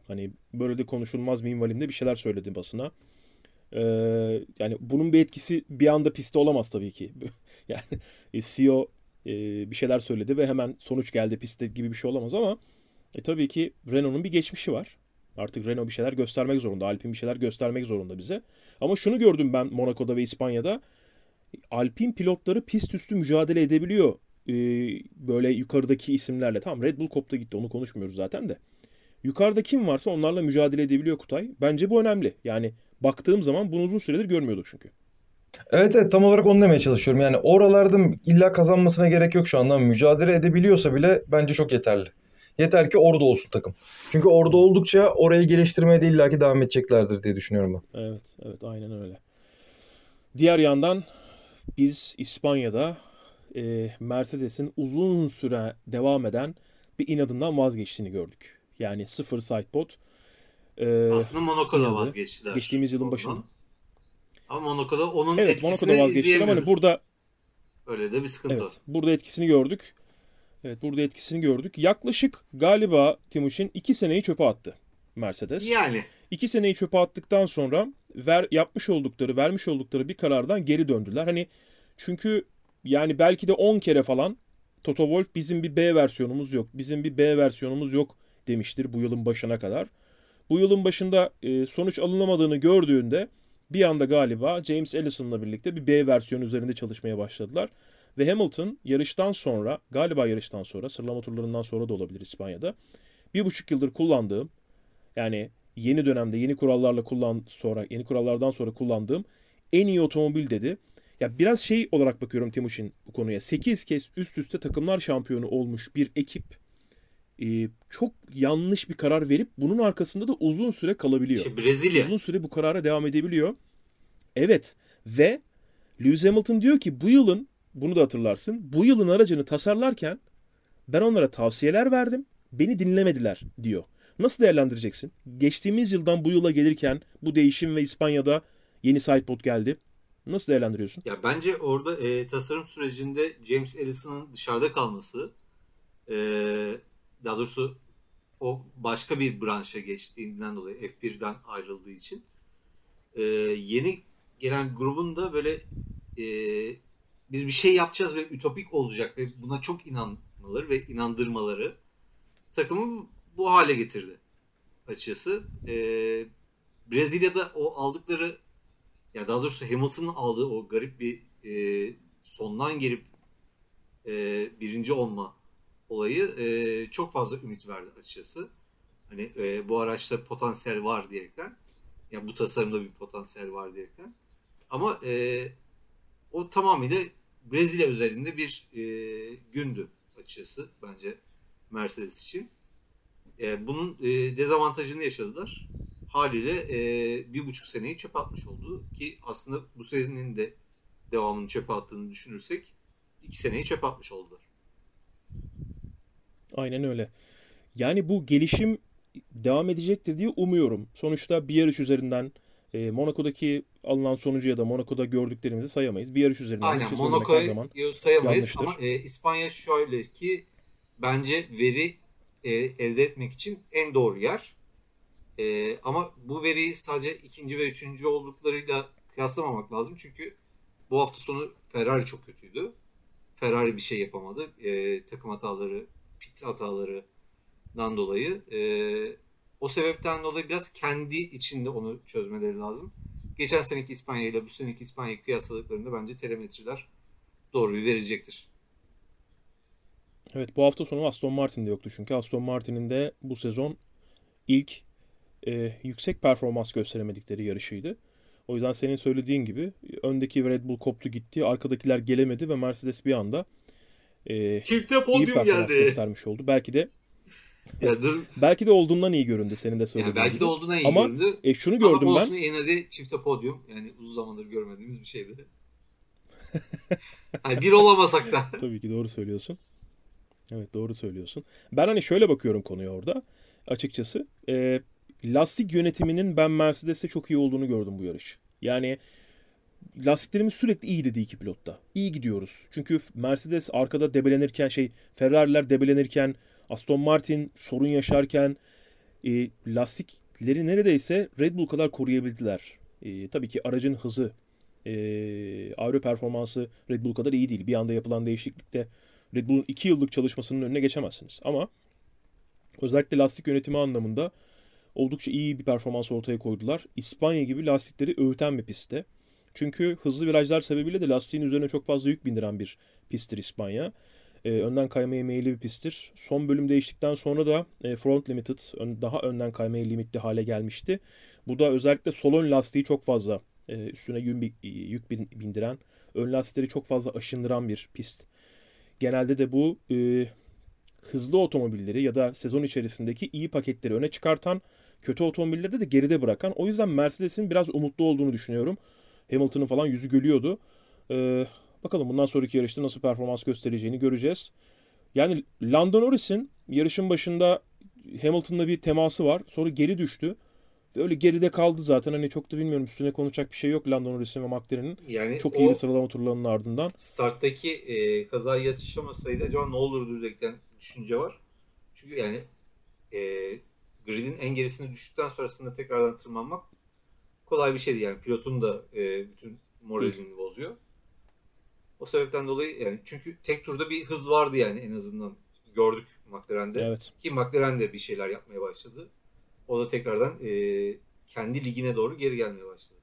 Hani böyle de konuşulmaz minvalinde bir şeyler söyledi basına. Ee, yani bunun bir etkisi bir anda pistte olamaz tabii ki. Yani C E O e, bir şeyler söyledi ve hemen sonuç geldi pistte gibi bir şey olamaz ama e, tabii ki Renault'un bir geçmişi var. Artık Renault bir şeyler göstermek zorunda. Alpine bir şeyler göstermek zorunda bize. Ama şunu gördüm ben Monaco'da ve İspanya'da. Alpine pilotları pist üstü mücadele edebiliyor. Ee, böyle yukarıdaki isimlerle. Tamam Red Bull koptu gitti onu konuşmuyoruz zaten de. Yukarıda kim varsa onlarla mücadele edebiliyor Kutay. Bence bu önemli. Yani baktığım zaman bunu uzun süredir görmüyorduk çünkü. Evet evet tam olarak onu demeye çalışıyorum. Yani oralarda illa kazanmasına gerek yok şu anda. Mücadele edebiliyorsa bile bence çok yeterli. Yeter ki orada olsun takım. Çünkü orada oldukça orayı geliştirmeye de illaki devam edeceklerdir diye düşünüyorum ben. Evet, evet aynen öyle. Diğer yandan biz İspanya'da e, Mercedes'in uzun süre devam eden bir inadından vazgeçtiğini gördük. Yani sıfır sidepod. E, Aslında Monaco'da inadı. vazgeçtiler. Geçtiğimiz yılın ondan. başında. Ama Monaco'da onun Evet etkisini Monaco'da vazgeçtiler ama izleyemiyoruz. hani burada Öyle de bir sıkıntı var. evet burada etkisini gördük. Evet burada etkisini gördük. Yaklaşık galiba Timuçin iki seneyi çöpe attı Mercedes. Yani İki seneyi çöpe attıktan sonra ver, yapmış oldukları, vermiş oldukları bir karardan geri döndüler. Hani çünkü yani belki de on kere falan Toto Wolff bizim bir B versiyonumuz yok, bizim bir B versiyonumuz yok demiştir bu yılın başına kadar. Bu yılın başında e, sonuç alınamadığını gördüğünde bir anda galiba James Ellison'la birlikte bir B versiyonu üzerinde çalışmaya başladılar. Ve Hamilton yarıştan sonra, galiba yarıştan sonra, sıralama turlarından sonra da olabilir İspanya'da, bir buçuk yıldır kullandığım, yani yeni dönemde yeni kurallarla kullan sonra yeni kurallardan sonra kullandığım en iyi otomobil dedi. Ya biraz şey olarak bakıyorum Timuçin bu konuya. sekiz kez üst üste takımlar şampiyonu olmuş bir ekip e, çok yanlış bir karar verip bunun arkasında da uzun süre kalabiliyor. işte Brezilya. Uzun süre bu karara devam edebiliyor. Evet ve Lewis Hamilton diyor ki bu yılın, bunu da hatırlarsın, bu yılın aracını tasarlarken ben onlara tavsiyeler verdim. Beni dinlemediler diyor. Nasıl değerlendireceksin? Geçtiğimiz yıldan bu yıla gelirken bu değişim ve İspanya'da yeni sidepod geldi. Nasıl değerlendiriyorsun? Ya bence orada e, tasarım sürecinde James Ellison'ın dışarıda kalması, e, daha doğrusu o başka bir branşa geçtiğinden dolayı F birden ayrıldığı için e, yeni gelen grubun da böyle e, biz bir şey yapacağız ve ütopik olacak ve buna çok inanmaları ve inandırmaları takımı bu hale getirdi açıkçası. E, Brezilya'da o aldıkları, ya daha doğrusu Hamilton'ın aldığı o garip bir e, sondan gelip e, birinci olma olayı e, çok fazla ümit verdi açıkçası. Hani e, bu araçta potansiyel var diyerekten, ya bu tasarımda bir potansiyel var diyerekten. Ama e, o tamamıyla Brezilya üzerinde bir e, gündü açıkçası bence Mercedes için. E, bunun e, dezavantajını yaşadılar. Haliyle e, bir buçuk seneyi çöpe atmış oldu ki aslında bu senenin de devamını çöpe attığını düşünürsek iki seneyi çöpe atmış oldular. Aynen öyle. Yani bu gelişim devam edecektir diye umuyorum. Sonuçta bir yarış üzerinden e, Monaco'daki alınan sonucu ya da Monaco'da gördüklerimizi sayamayız. Bir yarış üzerinden bir Aynen, şey söylemek her zaman Monaco'yu sayamayız yanlıştır. ama e, İspanya şöyle ki bence veri e, elde etmek için en doğru yer. E, ama bu veriyi sadece ikinci ve üçüncü olduklarıyla kıyaslamamak lazım. Çünkü bu hafta sonu Ferrari çok kötüydü. Ferrari bir şey yapamadı. E, takım hataları, pit hatalarından dolayı. E, o sebepten dolayı biraz kendi içinde onu çözmeleri lazım. Geçen seneki İspanya ile bu seneki İspanya'yı kıyasladıklarında bence telemetreler doğruyu verecektir. Evet bu hafta sonu Aston Martin'de yoktu çünkü Aston Martin'in de bu sezon ilk e, yüksek performans gösteremedikleri yarışıydı. O yüzden senin söylediğin gibi öndeki Red Bull koptu gitti, arkadakiler gelemedi ve Mercedes bir anda e, Çifte iyi podyum performans geldi. göstermiş oldu. Belki de Ya dur, belki de olduğundan iyi göründü senin de söylediğin yani belki gibi. de olduğuna iyi Ama göründü. e, şunu Ama gördüm ben. olsun, yine de çifte podyum. Yani uzun zamandır görmediğimiz bir şeydi. Yani bir olamasak da. Tabii ki doğru söylüyorsun. Evet doğru söylüyorsun. Ben hani şöyle bakıyorum konuya orada. Açıkçası e, lastik yönetiminin ben Mercedes'te çok iyi olduğunu gördüm bu yarış. Yani lastiklerimiz sürekli iyi dedi iki pilotta. İyi gidiyoruz. Çünkü Mercedes arkada debelenirken şey Ferrari'ler debelenirken Aston Martin sorun yaşarken e, lastikleri neredeyse Red Bull kadar koruyabildiler. E, tabii ki aracın hızı, e, aero performansı Red Bull kadar iyi değil. Bir anda yapılan değişiklikte Red Bull'un iki yıllık çalışmasının önüne geçemezsiniz. Ama özellikle lastik yönetimi anlamında oldukça iyi bir performans ortaya koydular. İspanya gibi lastikleri öğüten bir pistte. Çünkü hızlı virajlar sebebiyle de lastiğin üzerine çok fazla yük bindiren bir pisttir İspanya. Ee, önden kaymaya meyilli bir pisttir. Son bölüm değiştikten sonra da e, front limited, ön, daha önden kaymaya limitli hale gelmişti. Bu da özellikle sol ön lastiği çok fazla e, üstüne yük, yük bindiren, ön lastikleri çok fazla aşındıran bir pist. Genelde de bu e, hızlı otomobilleri ya da sezon içerisindeki iyi paketleri öne çıkartan, kötü otomobilleri de geride bırakan. O yüzden Mercedes'in biraz umutlu olduğunu düşünüyorum. Hamilton'ın falan yüzü gülüyordu. Ee, bakalım bundan sonraki yarışta nasıl performans göstereceğini göreceğiz. Yani Lando Norris'in yarışın başında Hamilton'la bir teması var. Sonra geri düştü. Ve öyle geride kaldı zaten. Hani çok da bilmiyorum, üstüne konuşacak bir şey yok Lando Norris'in ve McLaren'in. Yani çok o iyi sıralama turlarının ardından. Starttaki e, kazayı yaşamasaydı acaba ne olurdu diye düşünce var. Çünkü yani e, gridin en gerisine düştükten sonrasında tekrardan tırmanmak kolay bir şeydi. Yani pilotun da e, bütün moralini bozuyor. O sebepten dolayı yani çünkü tek turda bir hız vardı yani en azından gördük McLaren'de. Evet. Ki McLaren de bir şeyler yapmaya başladı. O da tekrardan e, kendi ligine doğru geri gelmeye başladı.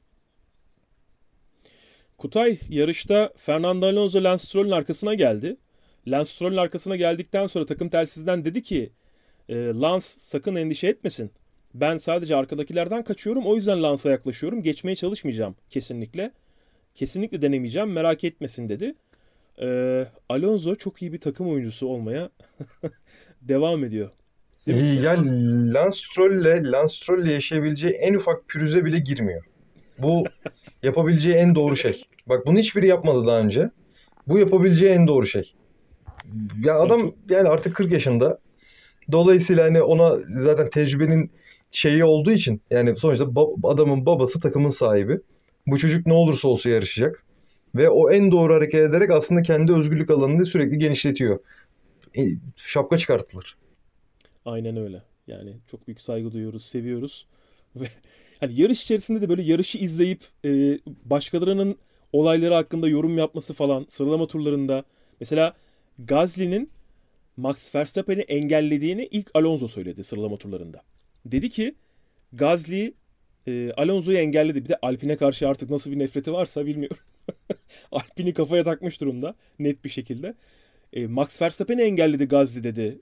Kutay yarışta Fernando Alonso Lance Stroll'ün arkasına geldi. Lance Stroll'ün arkasına geldikten sonra takım telsizden dedi ki e, Lance sakın endişe etmesin. Ben sadece arkadakilerden kaçıyorum, o yüzden Lance'a yaklaşıyorum. Geçmeye çalışmayacağım kesinlikle. Kesinlikle denemeyeceğim, merak etmesin dedi. Ee, Alonso çok iyi bir takım oyuncusu olmaya devam ediyor. Değil mi Kutay? Yani Lance Stroll'le Lance Stroll'le yaşayabileceği en ufak pürüze bile girmiyor. Bu yapabileceği en doğru şey. Bak bunu hiçbiri yapmadı daha önce. Bu yapabileceği en doğru şey. Ya adam çok- yani artık kırk yaşında. Dolayısıyla hani ona zaten tecrübenin şeyi olduğu için yani sonuçta ba- adamın babası takımın sahibi. Bu çocuk ne olursa olsa yarışacak. Ve o en doğru hareket ederek aslında kendi özgürlük alanını sürekli genişletiyor. E, Şapka çıkartılır. Aynen öyle. Yani çok büyük saygı duyuyoruz, seviyoruz. Ve hani yarış içerisinde de böyle yarışı izleyip e, başkalarının olayları hakkında yorum yapması falan sıralama turlarında. Mesela Gasly'nin Max Verstappen'i engellediğini ilk Alonso söyledi sıralama turlarında. Dedi ki Gasly e, Alonso'yu engelledi. Bir de Alpine'e karşı artık nasıl bir nefreti varsa bilmiyorum. Alpine'i kafaya takmış durumda net bir şekilde. E, Max Verstappen'i engelledi Gasly dedi.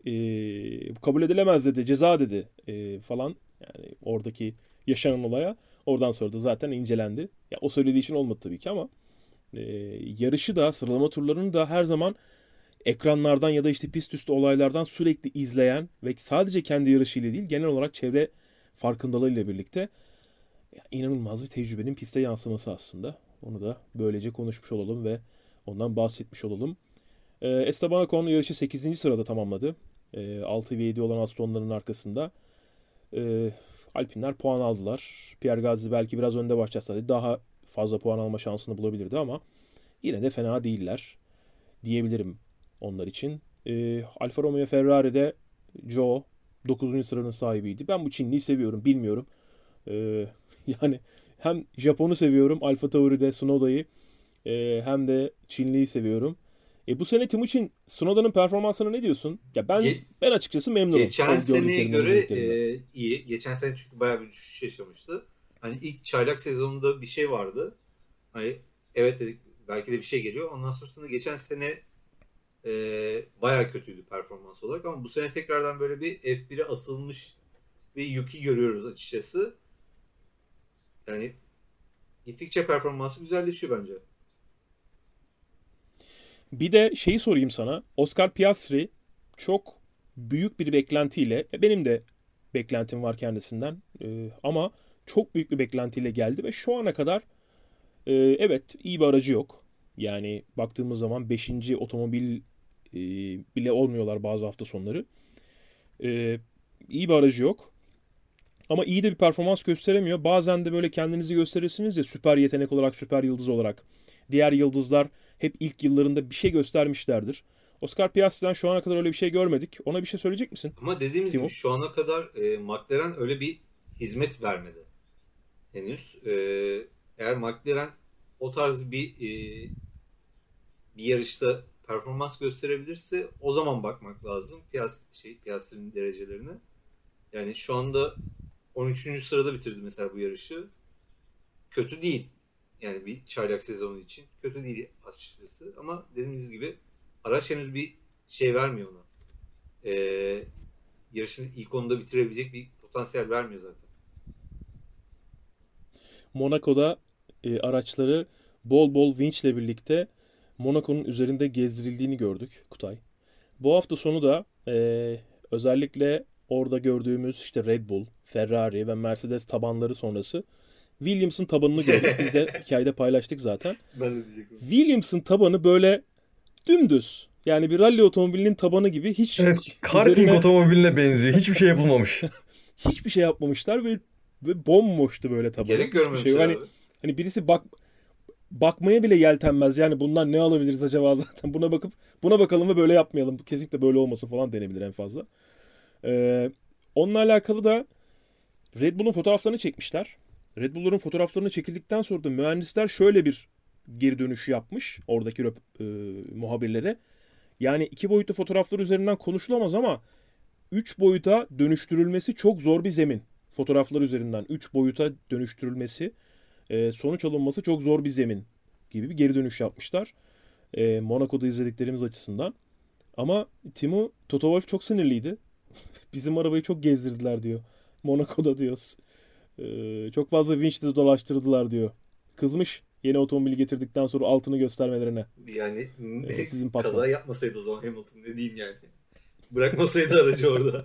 E, bu kabul edilemez dedi. Ceza dedi e, falan. Yani oradaki yaşanan olaya. Oradan sonra da zaten incelendi. Ya, o söylediği için olmadı tabii ki ama e, yarışı da sıralama turlarını da her zaman ekranlardan ya da işte pist üstü olaylardan sürekli izleyen ve sadece kendi yarışıyla değil genel olarak çevre farkındalığıyla birlikte ya, inanılmaz bir tecrübenin piste yansıması aslında. Onu da böylece konuşmuş olalım ve ondan bahsetmiş olalım. Ee, Esteban Ocon yarışı sekizinci sırada tamamladı. Ee, altı ve yedi olan Aston'ların arkasında. Ee, Alpinler puan aldılar. Pierre Gasly belki biraz önde başlasaydı daha fazla puan alma şansını bulabilirdi ama yine de fena değiller diyebilirim onlar için. Ee, Alfa Romeo Ferrari'de Zhou dokuzuncu sıranın sahibiydi. Ben bu Çinliyi seviyorum, bilmiyorum. Ee, yani hem Japon'u seviyorum, Alfa Tauri'de Tsunoda'yı, e, hem de Çinliyi seviyorum. E, bu sene Timuçin Tsunoda'nın performansına ne diyorsun? Ya ben Ge- ben açıkçası memnunum. Geçen Son seneye gördüklerimden, göre izlediklerimden. e, iyi. Geçen sene çünkü bayağı bir düşüş yaşamıştı. Hani ilk çaylak sezonunda bir şey vardı. Hani evet dedik belki de bir şey geliyor. Ondan sonrasında geçen sene e, bayağı kötüydü performans olarak ama bu sene tekrardan böyle bir F bire asılmış bir Yuki görüyoruz açıkçası. Yani gittikçe performansı güzelleşiyor bence. Bir de şeyi sorayım sana. Oscar Piastri çok büyük bir beklentiyle, e, benim de beklentim var kendisinden, e, ama çok büyük bir beklentiyle geldi ve şu ana kadar e, evet iyi bir aracı yok. Yani baktığımız zaman beşinci otomobil e, bile olmuyorlar bazı hafta sonları. E, iyi bir aracı yok. Ama iyi de bir performans gösteremiyor. Bazen de böyle kendinizi gösterirsiniz ya, süper yetenek olarak, süper yıldız olarak. Diğer yıldızlar hep ilk yıllarında bir şey göstermişlerdir. Oscar Piastri'den şu ana kadar öyle bir şey görmedik. Ona bir şey söyleyecek misin? Ama dediğimiz Timo? gibi şu ana kadar e, McLaren öyle bir hizmet vermedi henüz. E, eğer McLaren o tarz bir e, bir yarışta performans gösterebilirse o zaman bakmak lazım Piast şey Piastri'nin derecelerine. Yani şu anda on üçüncü sırada bitirdi mesela bu yarışı. Kötü değil. Yani bir çaylak sezonu için kötü değil açıkçası. Ama dediğimiz gibi araç henüz bir şey vermiyor ona. Ee, yarışın ilk onda bitirebilecek bir potansiyel vermiyor zaten. Monaco'da e, araçları bol bol vinçle birlikte Monaco'nun üzerinde gezdirildiğini gördük Kutay. Bu hafta sonu da e, özellikle orada gördüğümüz işte Red Bull, Ferrari ve Mercedes tabanları sonrası Williams'ın tabanını gördük. Biz de hikayede paylaştık zaten. Ben de diyecektim. Williams'ın tabanı böyle dümdüz. Yani bir rally otomobilinin tabanı gibi hiç Evet, karting üzerine otomobiline benziyor. Hiçbir şey yapılmamış. hiçbir şey yapmamışlar ve, ve bomboştu böyle tabanı. Gerek Hiçbir görmemişler şey yok. Hani, abi. hani birisi bak bakmaya bile yeltenmez. Yani bundan ne alabiliriz acaba zaten? Buna bakıp buna bakalım ve böyle yapmayalım. Kesinlikle böyle olmasın falan denebilir en fazla. Ee, onunla alakalı da Red Bull'un fotoğraflarını çekmişler. Red Bull'ların fotoğraflarını çekildikten sonra da mühendisler şöyle bir geri dönüş yapmış oradaki röp, e, muhabirlere. Yani iki boyutlu fotoğraflar üzerinden konuşulamaz ama üç boyuta dönüştürülmesi çok zor bir zemin. Fotoğraflar üzerinden üç boyuta dönüştürülmesi, e, sonuç alınması çok zor bir zemin gibi bir geri dönüş yapmışlar. E, Monaco'da izlediklerimiz açısından. Ama Timo, Toto Wolff çok sinirliydi. Bizim arabayı çok gezdirdiler diyor. Monaco'da diyoruz. Ee, çok fazla vinçle dolaştırdılar diyor. Kızmış yeni otomobili getirdikten sonra altını göstermelerine. Yani Ee, sizin patron. kaza yapmasaydı o zaman Hamilton ne diyeyim yani. Bırakmasaydı aracı orada.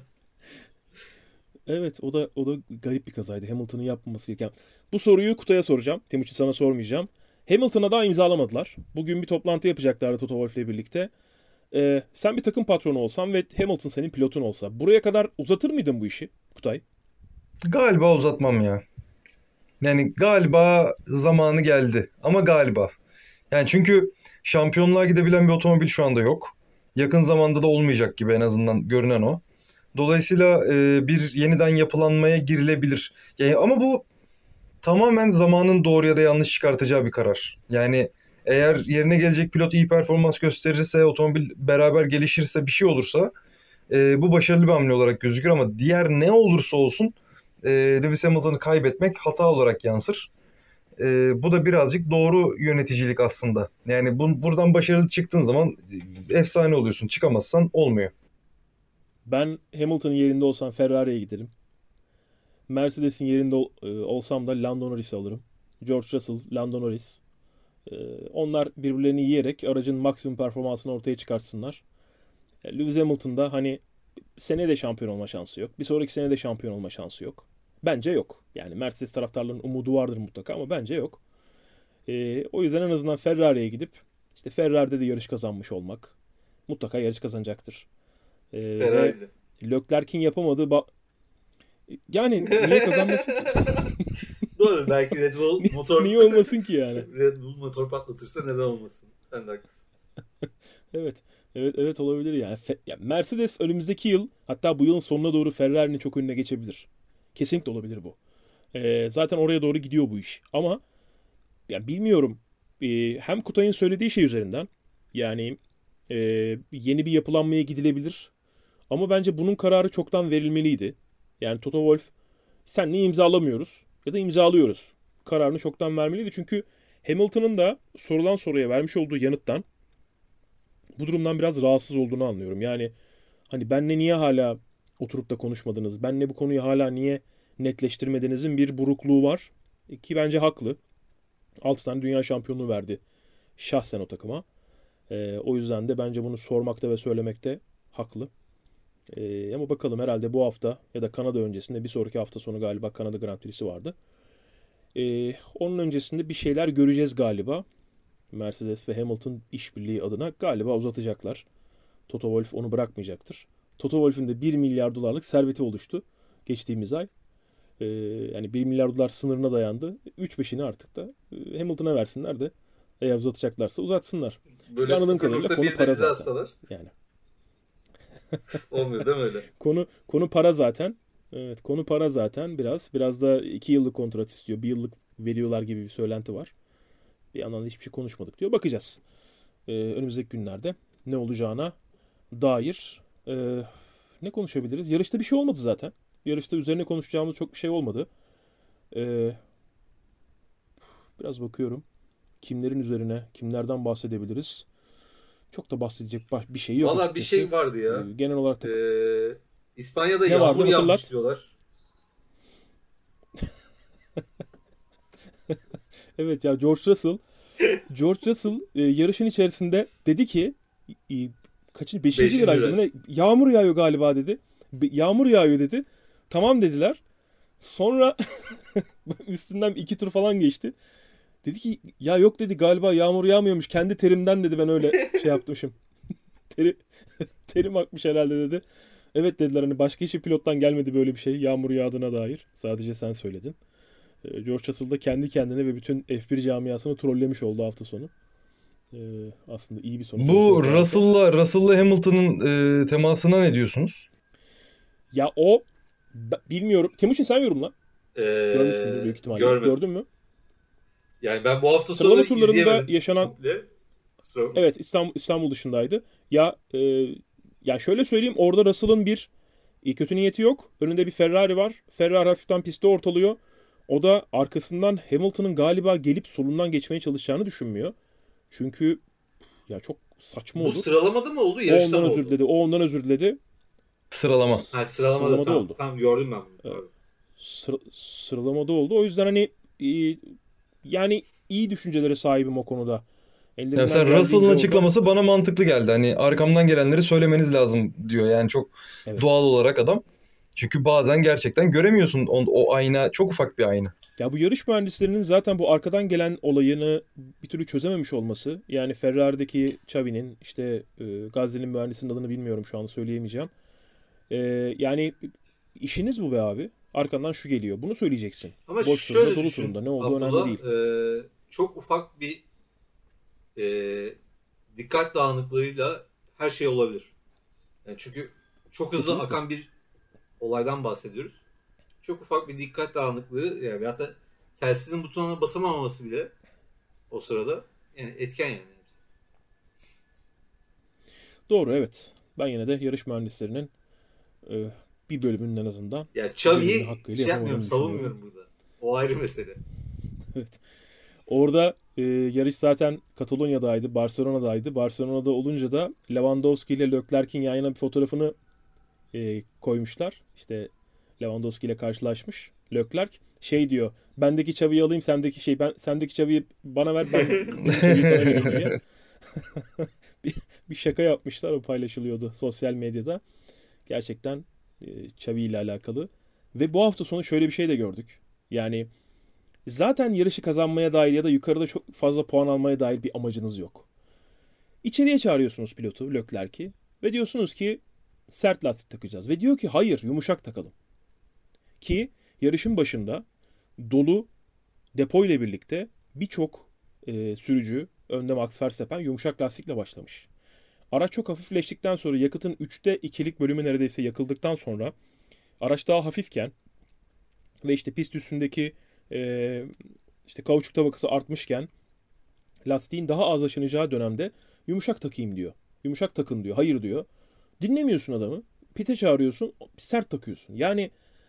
Evet, o da o da garip bir kazaydı. Hamilton'ın yapmaması gereken. Bu soruyu Kutay'a soracağım. Timuçin, sana sormayacağım. Hamilton'a daha imzalamadılar. Bugün bir toplantı yapacaklardı Toto Wolff'le birlikte. Ee, sen bir takım patronu olsan ve Hamilton senin pilotun olsa buraya kadar uzatır mıydın bu işi Kutay? Galiba uzatmam ya. Yani galiba zamanı geldi. Ama galiba. Yani çünkü şampiyonluğa gidebilen bir otomobil şu anda yok. Yakın zamanda da olmayacak gibi en azından görünen o. Dolayısıyla e, bir yeniden yapılanmaya girilebilir. Yani ama bu tamamen zamanın doğru ya da yanlış çıkartacağı bir karar. Yani eğer yerine gelecek pilot iyi performans gösterirse, otomobil beraber gelişirse, bir şey olursa e, bu başarılı bir hamle olarak gözükür ama diğer ne olursa olsun e, Lewis Hamilton'ı kaybetmek hata olarak yansır. E, bu da birazcık doğru yöneticilik aslında. Yani bu, buradan başarılı çıktığın zaman e, efsane oluyorsun. Çıkamazsan olmuyor. Ben Hamilton'ın yerinde olsam Ferrari'ye giderim. Mercedes'in yerinde ol- e, olsam da Lando Norris'i alırım. George Russell, Lando Norris. E, onlar birbirlerini yiyerek aracın maksimum performansını ortaya çıkartsınlar. E, Lewis Hamilton da hani seneye de şampiyon olma şansı yok. Bir sonraki sene de şampiyon olma şansı yok. Bence yok. Yani Mercedes taraftarlarının umudu vardır mutlaka ama bence yok. E, o yüzden en azından Ferrari'ye gidip işte Ferrari'de de yarış kazanmış olmak. Mutlaka yarış kazanacaktır. E, ve Ferrari'de. Leclerc'in yapamadığı ba- yani niye kazanmasın ki? Doğru, belki Red Bull motor Niye olmasın ki yani? Red Bull motor patlatırsa neden olmasın? Sen de haklısın. Evet. Evet, evet olabilir yani. Fe- ya Mercedes önümüzdeki yıl, hatta bu yılın sonuna doğru Ferrari'nin çok önüne geçebilir. Kesinlikle olabilir bu. Ee, zaten oraya doğru gidiyor bu iş. Ama ya bilmiyorum. Ee, hem Kutay'ın söylediği şey üzerinden yani e, yeni bir yapılanmaya gidilebilir. Ama bence bunun kararı çoktan verilmeliydi. Yani Toto Wolff senle imzalamıyoruz ya da imzalıyoruz kararını çoktan vermeliydi. Çünkü Hamilton'ın da sorulan soruya vermiş olduğu yanıttan bu durumdan biraz rahatsız olduğunu anlıyorum. Yani hani benle niye hala oturup da konuşmadınız? Benle bu konuyu hala niye netleştirmedinizin bir burukluğu var. Ki bence haklı. altı tane dünya şampiyonluğu verdi şahsen o takıma. Ee, o yüzden de bence bunu sormakta ve söylemekte haklı. Ee, ama bakalım, herhalde bu hafta ya da Kanada öncesinde, bir sonraki hafta sonu galiba Kanada Grand Prix'si vardı. Ee, onun öncesinde bir şeyler göreceğiz galiba. Mercedes ve Hamilton işbirliği adına galiba uzatacaklar. Toto Wolff onu bırakmayacaktır. Toto Wolff'ün de bir milyar dolarlık serveti oluştu geçtiğimiz ay. Ee, yani bir milyar dolar sınırına dayandı. üç beşini artık da e, Hamilton'a versinler de eğer uzatacaklarsa uzatsınlar. böyle anladığım kadarıyla sıfır nokta konu birde para bize zaten. atsalar Yani olmuyor değil mi öyle? konu konu para zaten. Evet, konu para zaten biraz. Biraz da iki yıllık kontrat istiyor. Bir yıllık veriyorlar gibi bir söylenti var. Bir yandan da hiçbir şey konuşmadık diyor. Bakacağız. Ee, önümüzdeki günlerde ne olacağına dair. Ee, ne konuşabiliriz? Yarışta bir şey olmadı zaten. Yarışta üzerine konuşacağımız çok bir şey olmadı. Ee, biraz bakıyorum. Kimlerin üzerine, kimlerden bahsedebiliriz? Çok da bahsedecek baş- bir şey yok Valla bir açıkçası. şey vardı ya. Ee, genel olarak da Ee, İspanya'da ne vardı? yağmur yağmış Hatırlat. diyorlar. Evet ya, George Russell George Russell e, yarışın içerisinde dedi ki e, kaçıncı beşinci Beşinci virajda mı viraj. ne? Yağmur yağıyor galiba dedi. Be- Yağmur yağıyor dedi. Tamam dediler. Sonra üstünden iki tur falan geçti. Dedi ki ya yok dedi, galiba yağmur yağmıyormuş. Kendi terimden dedi, ben öyle şey yapmışım. Teri, terim akmış herhalde dedi. Evet dediler, hani başka hiçbir pilottan gelmedi böyle bir şey. Yağmur yağdığına dair. Sadece sen söyledin. Ee, George Russell da kendi kendine ve bütün F bir camiasını trollemiş oldu hafta sonu. Ee, aslında iyi bir sonuç Bu ortaya koyarken. Russell'la Russell'la Hamilton'ın e, temasına ne diyorsunuz? Ya o b- bilmiyorum. Timuçin sen yorumla. Görmüşsündür Ee, büyük ihtimalle. görmedim. Gördün mü? Yani ben bu hafta Sıralama sonu turlarında izleyemedim. yaşanan Komple. Kusura bakma. evet, İstanbul İstanbul dışındaydı. Ya e, ya şöyle söyleyeyim, orada Russell'ın bir e, kötü niyeti yok. Önünde bir Ferrari var. Ferrari hafiften pisti ortalıyor. O da arkasından Hamilton'ın galiba gelip solundan geçmeye çalışacağını düşünmüyor. Çünkü ya çok saçma Bu olur. sıralamada mı oldu? O Yarışta ondan mı özür oldu? diledi. O ondan özür diledi. Sıralama. Ha, sıralamada, Sıralamada tamam. oldu. Tamam gördüm ben bunu. Evet. Pardon. Sır- sıralamada oldu. O yüzden hani e, yani iyi düşüncelere sahibim o konuda. Yani Ellerinden mesela geldiğince Russell'ın orada. açıklaması bana mantıklı geldi. Hani arkamdan gelenleri söylemeniz lazım diyor. Yani çok Evet. doğal olarak adam. Çünkü bazen gerçekten göremiyorsun o, o ayna, çok ufak bir ayna. Ya bu yarış mühendislerinin zaten bu arkadan gelen olayını bir türlü çözememiş olması. Yani Ferrari'deki Xavi'nin, işte e, Gazze'nin mühendisinin adını bilmiyorum şu an, söyleyemeyeceğim. E, yani işiniz bu be abi. Arkandan şu geliyor. Bunu söyleyeceksin. Ama Boş şöyle turunda, dolu düşün. turunda. Ne olduğu Abdullah, önemli değil. e, çok ufak bir e, dikkat dağınıklığıyla her şey olabilir. Yani çünkü çok hızlı Kesinlikle. akan bir olaydan bahsediyoruz. Çok ufak bir dikkat dağınıklığı, yani hatta telsizin butonuna basamaması bile o sırada yani etken yani. Doğru, evet. Ben yine de yarış mühendislerinin e, bir bölümünün en azından Ya görevini Xavi'yi hakkıyla şey yapmıyorum, yapamadığını savunmuyorum burada. O ayrı mesele. Evet. Orada e, yarış zaten Katalonya'daydı, Barcelona'daydı. Barcelona'da olunca da Lewandowski ile Leclerc'in yan yana bir fotoğrafını e, koymuşlar. İşte Lewandowski ile karşılaşmış. Leclerc şey diyor. Bendeki Xavi'yi alayım, sendeki şey ben sendeki Xavi'yi bana ver, ben benim Xavi'yi sana vereyim diye. bir, bir şaka yapmışlar, o paylaşılıyordu sosyal medyada. Gerçekten e, Xavi ile alakalı. Ve bu hafta sonu şöyle bir şey de gördük. Yani zaten yarışı kazanmaya dair ya da yukarıda çok fazla puan almaya dair bir amacınız yok. İçeriye çağırıyorsunuz pilotu Leclerc'i ve diyorsunuz ki sert lastik takacağız. Ve diyor ki hayır, yumuşak takalım. Ki yarışın başında dolu depo ile birlikte birçok e, sürücü, önde Max Verstappen, yumuşak lastikle başlamış. Araç çok hafifleştikten sonra, yakıtın üçte ikilik bölümü neredeyse yakıldıktan sonra, araç daha hafifken ve işte pist üstündeki e, işte kauçuk tabakası artmışken, lastiğin daha az aşınacağı dönemde yumuşak takayım diyor. Yumuşak takın diyor. Hayır diyor. Dinlemiyorsun adamı. Pite çağırıyorsun. Sert takıyorsun. Yani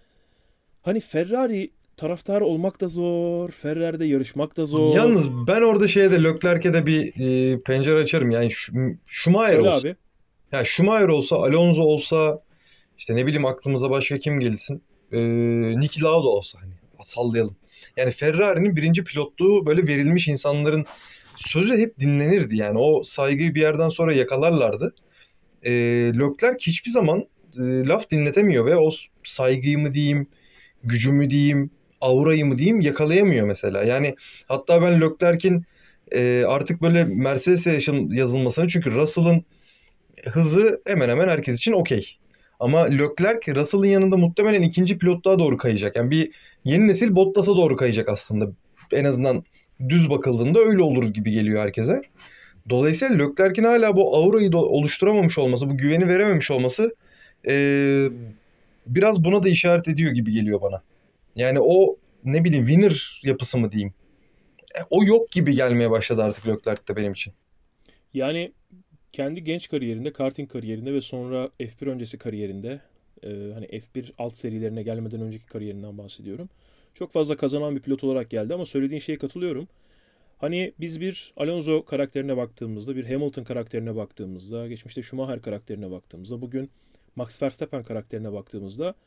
hani Ferrari taraftarı olmak da zor. Ferrari'de yarışmak da zor. Yalnız ben orada şeye de Leclerc'e de bir e, pencere açarım. Yani Sch- Schumacher Söyle olsa. abi. Ya Schumacher olsa, Alonso olsa, işte ne bileyim aklımıza başka kim gelsin? Ee, Niki Lauda olsa hani sallayalım. Yani Ferrari'nin birinci pilotluğu böyle verilmiş insanların sözü hep dinlenirdi. Yani o saygıyı bir yerden sonra yakalarlardı. Ee, Leclerc hiçbir zaman e, laf dinletemiyor ve o saygıyı mı diyeyim, gücümü diyeyim, aurayı mı diyeyim yakalayamıyor mesela. Yani hatta ben Leclerc'in e, artık böyle Mercedes'e yaşın- yazılmasını, çünkü Russell'ın hızı hemen hemen herkes için okey. Ama Leclerc Russell'ın yanında muhtemelen ikinci pilotluğa doğru kayacak. Yani bir yeni nesil Bottas'a doğru kayacak aslında. En azından düz bakıldığında öyle olur gibi geliyor herkese. Dolayısıyla Leclerc'in hala bu aurayı da oluşturamamış olması, bu güveni verememiş olması ee, biraz buna da işaret ediyor gibi geliyor bana. Yani o ne bileyim winner yapısı mı diyeyim. E, o yok gibi gelmeye başladı artık Leclerc'te benim için. Yani kendi genç kariyerinde, karting kariyerinde ve sonra F bir öncesi kariyerinde, e, hani F bir alt serilerine gelmeden önceki kariyerinden bahsediyorum. Çok fazla kazanan bir pilot olarak geldi ama söylediğin şeye katılıyorum. Hani biz bir Alonso karakterine baktığımızda, bir Hamilton karakterine baktığımızda, geçmişte Schumacher karakterine baktığımızda, bugün Max Verstappen karakterine baktığımızda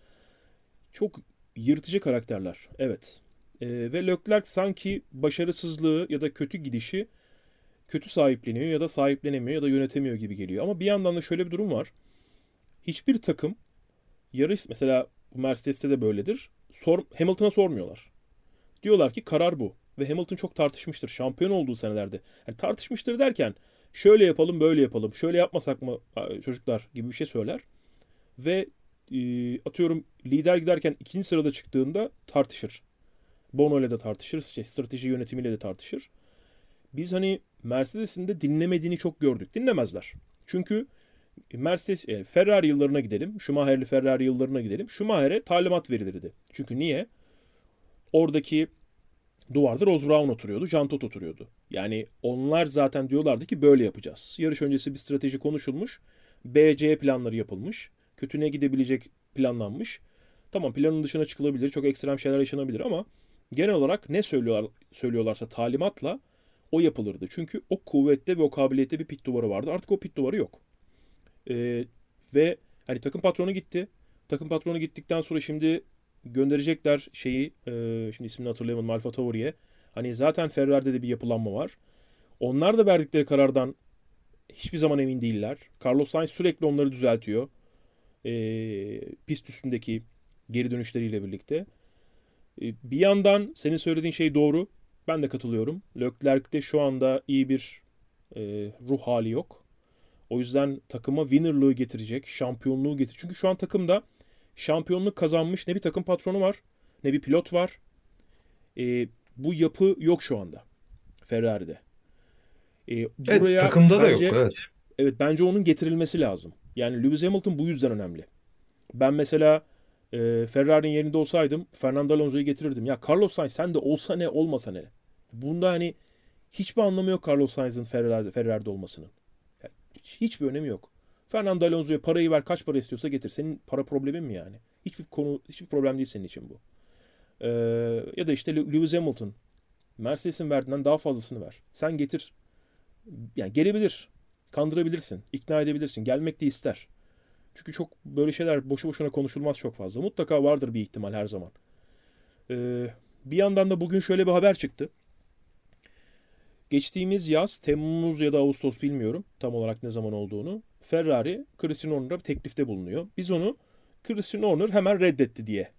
çok yırtıcı karakterler. Evet. E, ve Leclerc sanki başarısızlığı ya da kötü gidişi kötü sahipleniyor ya da sahiplenemiyor ya da yönetemiyor gibi geliyor. Ama bir yandan da şöyle bir durum var. Hiçbir takım yarış, mesela Mercedes'te de böyledir. Sor, Hamilton'a sormuyorlar. Diyorlar ki karar bu. Ve Hamilton çok tartışmıştır. Şampiyon olduğu senelerde. Yani tartışmıştır derken şöyle yapalım böyle yapalım. Şöyle yapmasak mı çocuklar gibi bir şey söyler. Ve e, atıyorum lider giderken ikinci sırada çıktığında tartışır. Bono ile de tartışır. Şey, strateji yönetimiyle de tartışır. Biz hani Mercedes'in de dinlemediğini çok gördük. Dinlemezler. Çünkü Mercedes, e, Ferrari yıllarına gidelim. Schumacher'li Ferrari yıllarına gidelim. Schumacher'e talimat verilirdi. Çünkü niye? Oradaki duvarda Ross Brown oturuyordu. Jean Todt oturuyordu. Yani onlar zaten diyorlardı ki böyle yapacağız. Yarış öncesi bir strateji konuşulmuş. B C planları yapılmış. Kötüne gidebilecek planlanmış. Tamam, planın dışına çıkılabilir. Çok ekstrem şeyler yaşanabilir ama genel olarak ne söylüyorlar, söylüyorlarsa talimatla o yapılırdı. Çünkü o kuvvette ve o kabiliyette bir pit duvarı vardı. Artık o pit duvarı yok. Ee, ve hani takım patronu gitti. Takım patronu gittikten sonra şimdi gönderecekler şeyi, e, şimdi ismini hatırlayamadım, Alfa Tauri'ye. Hani zaten Ferrari'de de bir yapılanma var. Onlar da verdikleri karardan hiçbir zaman emin değiller. Carlos Sainz sürekli onları düzeltiyor. Ee, pist üstündeki geri dönüşleriyle birlikte. Ee, bir yandan senin söylediğin şey doğru. Ben de katılıyorum. Leclerc'te şu anda iyi bir e, ruh hali yok. O yüzden takıma winnerlığı getirecek, şampiyonluğu getirecek. Çünkü şu an takımda şampiyonluk kazanmış ne bir takım patronu var, ne bir pilot var. E, bu yapı yok şu anda Ferrari'de. E, Evet, buraya takımda da yok. bence Evet. evet bence onun getirilmesi lazım. Yani Lewis Hamilton bu yüzden önemli. Ben mesela e, Ferrari'nin yerinde olsaydım Fernando Alonso'yu getirirdim. Ya Carlos Sainz sen de olsa ne olmasa ne. Bunda hani hiçbir anlamı yok Carlos Sainz'ın Ferrari'de, Ferrari'de olmasının. Yani hiç, hiçbir önemi yok. Fernando Alonso'ya parayı ver, kaç para istiyorsa getir. Senin para problemin mi yani? Hiçbir konu, hiçbir problem değil senin için bu. Ee, ya da işte Lewis Hamilton. Mercedes'in verdiğinden daha fazlasını ver. Sen getir. Yani gelebilir. Kandırabilirsin. İkna edebilirsin. Gelmek de ister. Çünkü çok böyle şeyler boşu boşuna konuşulmaz çok fazla. Mutlaka vardır bir ihtimal her zaman. Ee, bir yandan da bugün şöyle bir haber çıktı. Geçtiğimiz yaz, Temmuz ya da Ağustos bilmiyorum tam olarak ne zaman olduğunu. Ferrari, Christian Horner'a bir teklifte bulunuyor. Biz onu Christian Horner hemen reddetti diye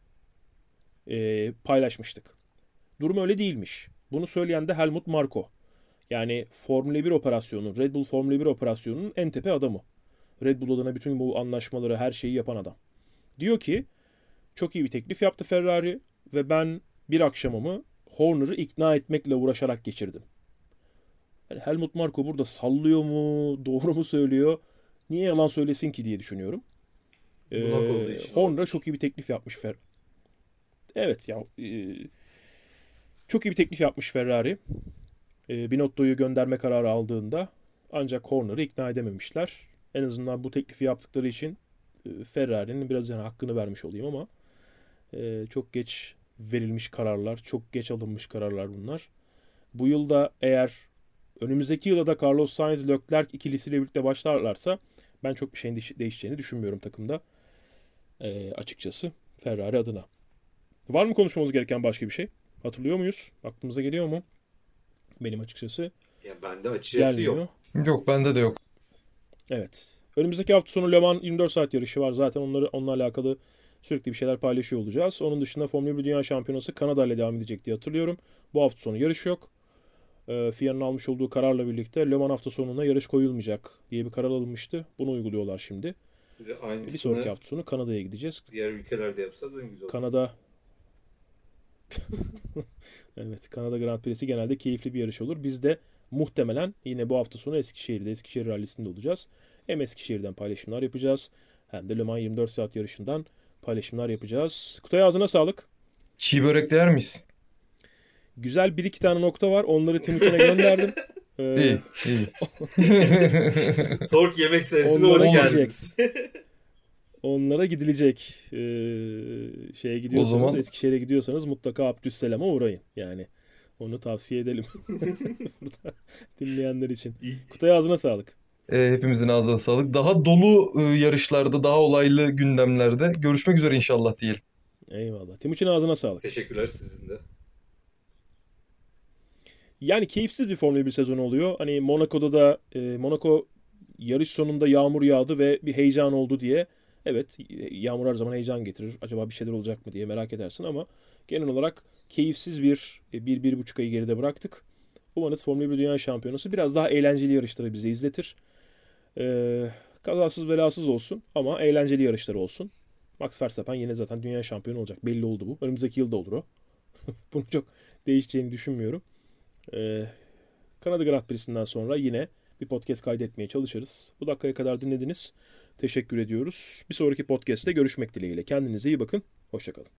e, paylaşmıştık. Durum öyle değilmiş. Bunu söyleyen de Helmut Marko. Yani Formula bir operasyonu, Red Bull Formula bir operasyonunun en tepe adamı. Red Bull adına bütün bu anlaşmaları, her şeyi yapan adam. Diyor ki çok iyi bir teklif yaptı Ferrari ve ben bir akşamımı Horner'ı ikna etmekle uğraşarak geçirdim. Yani Helmut Marko burada sallıyor mu, doğru mu söylüyor? Niye yalan söylesin ki diye düşünüyorum. Bunak olduğu Ee, için Horner'a olabilir. çok iyi bir teklif yapmış Fer. Evet ya, e, çok iyi bir teklif yapmış Ferrari. E, Binotto'yu gönderme kararı aldığında ancak Horner'ı ikna edememişler. En azından bu teklifi yaptıkları için e, Ferrari'nin biraz yani hakkını vermiş olayım ama e, çok geç verilmiş kararlar, çok geç alınmış kararlar bunlar. Bu yılda eğer önümüzdeki yılda da Carlos Sainz, Leclerc ikilisiyle birlikte başlarlarsa ben çok bir şeyin değişeceğini düşünmüyorum takımda. E, açıkçası Ferrari adına. Var mı konuşmamız gereken başka bir şey? Hatırlıyor muyuz? Aklımıza geliyor mu? Benim açıkçası Ya bende açıkçası gelmiyor. yok. Yok, bende de yok. Evet. Önümüzdeki hafta sonu Le Mans yirmi dört saat yarışı var. Zaten onları onunla alakalı sürekli bir şeyler paylaşıyor olacağız. Onun dışında Formula bir Dünya Şampiyonası Kanada ile devam edecek diye hatırlıyorum. Bu hafta sonu yarış yok. E, F I A'nın almış olduğu kararla birlikte Le Mans hafta sonuna yarış koyulmayacak diye bir karar alınmıştı. Bunu uyguluyorlar şimdi. Bir de Bir sonraki aynısını hafta sonu Kanada'ya gideceğiz. diğer ülkelerde yapsa da en güzel olur. Kanada evet, Kanada Grand Prix'si genelde keyifli bir yarış olur. Biz de muhtemelen yine bu hafta sonu Eskişehir'de, Eskişehir Rallisi'nde olacağız. Hem Eskişehir'den paylaşımlar yapacağız hem de Le Mans yirmi dört saat yarışından paylaşımlar yapacağız. Kutay, ağzına sağlık. Çiğ börek yer miyiz? Güzel bir iki tane nokta var. Onları Timuçin'e gönderdim. İyi, iyi. Tork yemek serisine Onlara hoş gidecek. geldiniz. Onlara gidilecek. Ee, şeye gidiyorsanız, zaman- Eskişehir'e gidiyorsanız mutlaka Abdüsselam'a uğrayın. Yani onu tavsiye edelim. Burada dinleyenler için. Kutay, ağzına sağlık. E, hepimizin ağzına sağlık. Daha dolu e, yarışlarda, daha olaylı gündemlerde görüşmek üzere inşallah diyelim. Eyvallah. Timuçin, ağzına sağlık. Teşekkürler sizin de. Yani keyifsiz bir Formula bir sezonu oluyor. Hani Monaco'da da e, Monaco yarış sonunda yağmur yağdı ve bir heyecan oldu diye. Evet, yağmur her zaman heyecan getirir. Acaba bir şeyler olacak mı diye merak edersin ama genel olarak keyifsiz bir e, bir, bir buçuk ayı geride bıraktık. Umarız Formula bir Dünya Şampiyonası biraz daha eğlenceli yarışları bize izletir. Ee, kazasız belasız olsun ama eğlenceli yarışlar olsun. Max Verstappen yine zaten dünya şampiyonu olacak. Belli oldu bu. Önümüzdeki yılda olur o. Bunu çok değişeceğini düşünmüyorum. Ee, Kanada Grand Prix'sinden sonra yine bir podcast kaydetmeye çalışırız. Bu dakikaya kadar dinlediniz. Teşekkür ediyoruz. Bir sonraki podcast'te görüşmek dileğiyle. Kendinize iyi bakın. Hoşça kalın.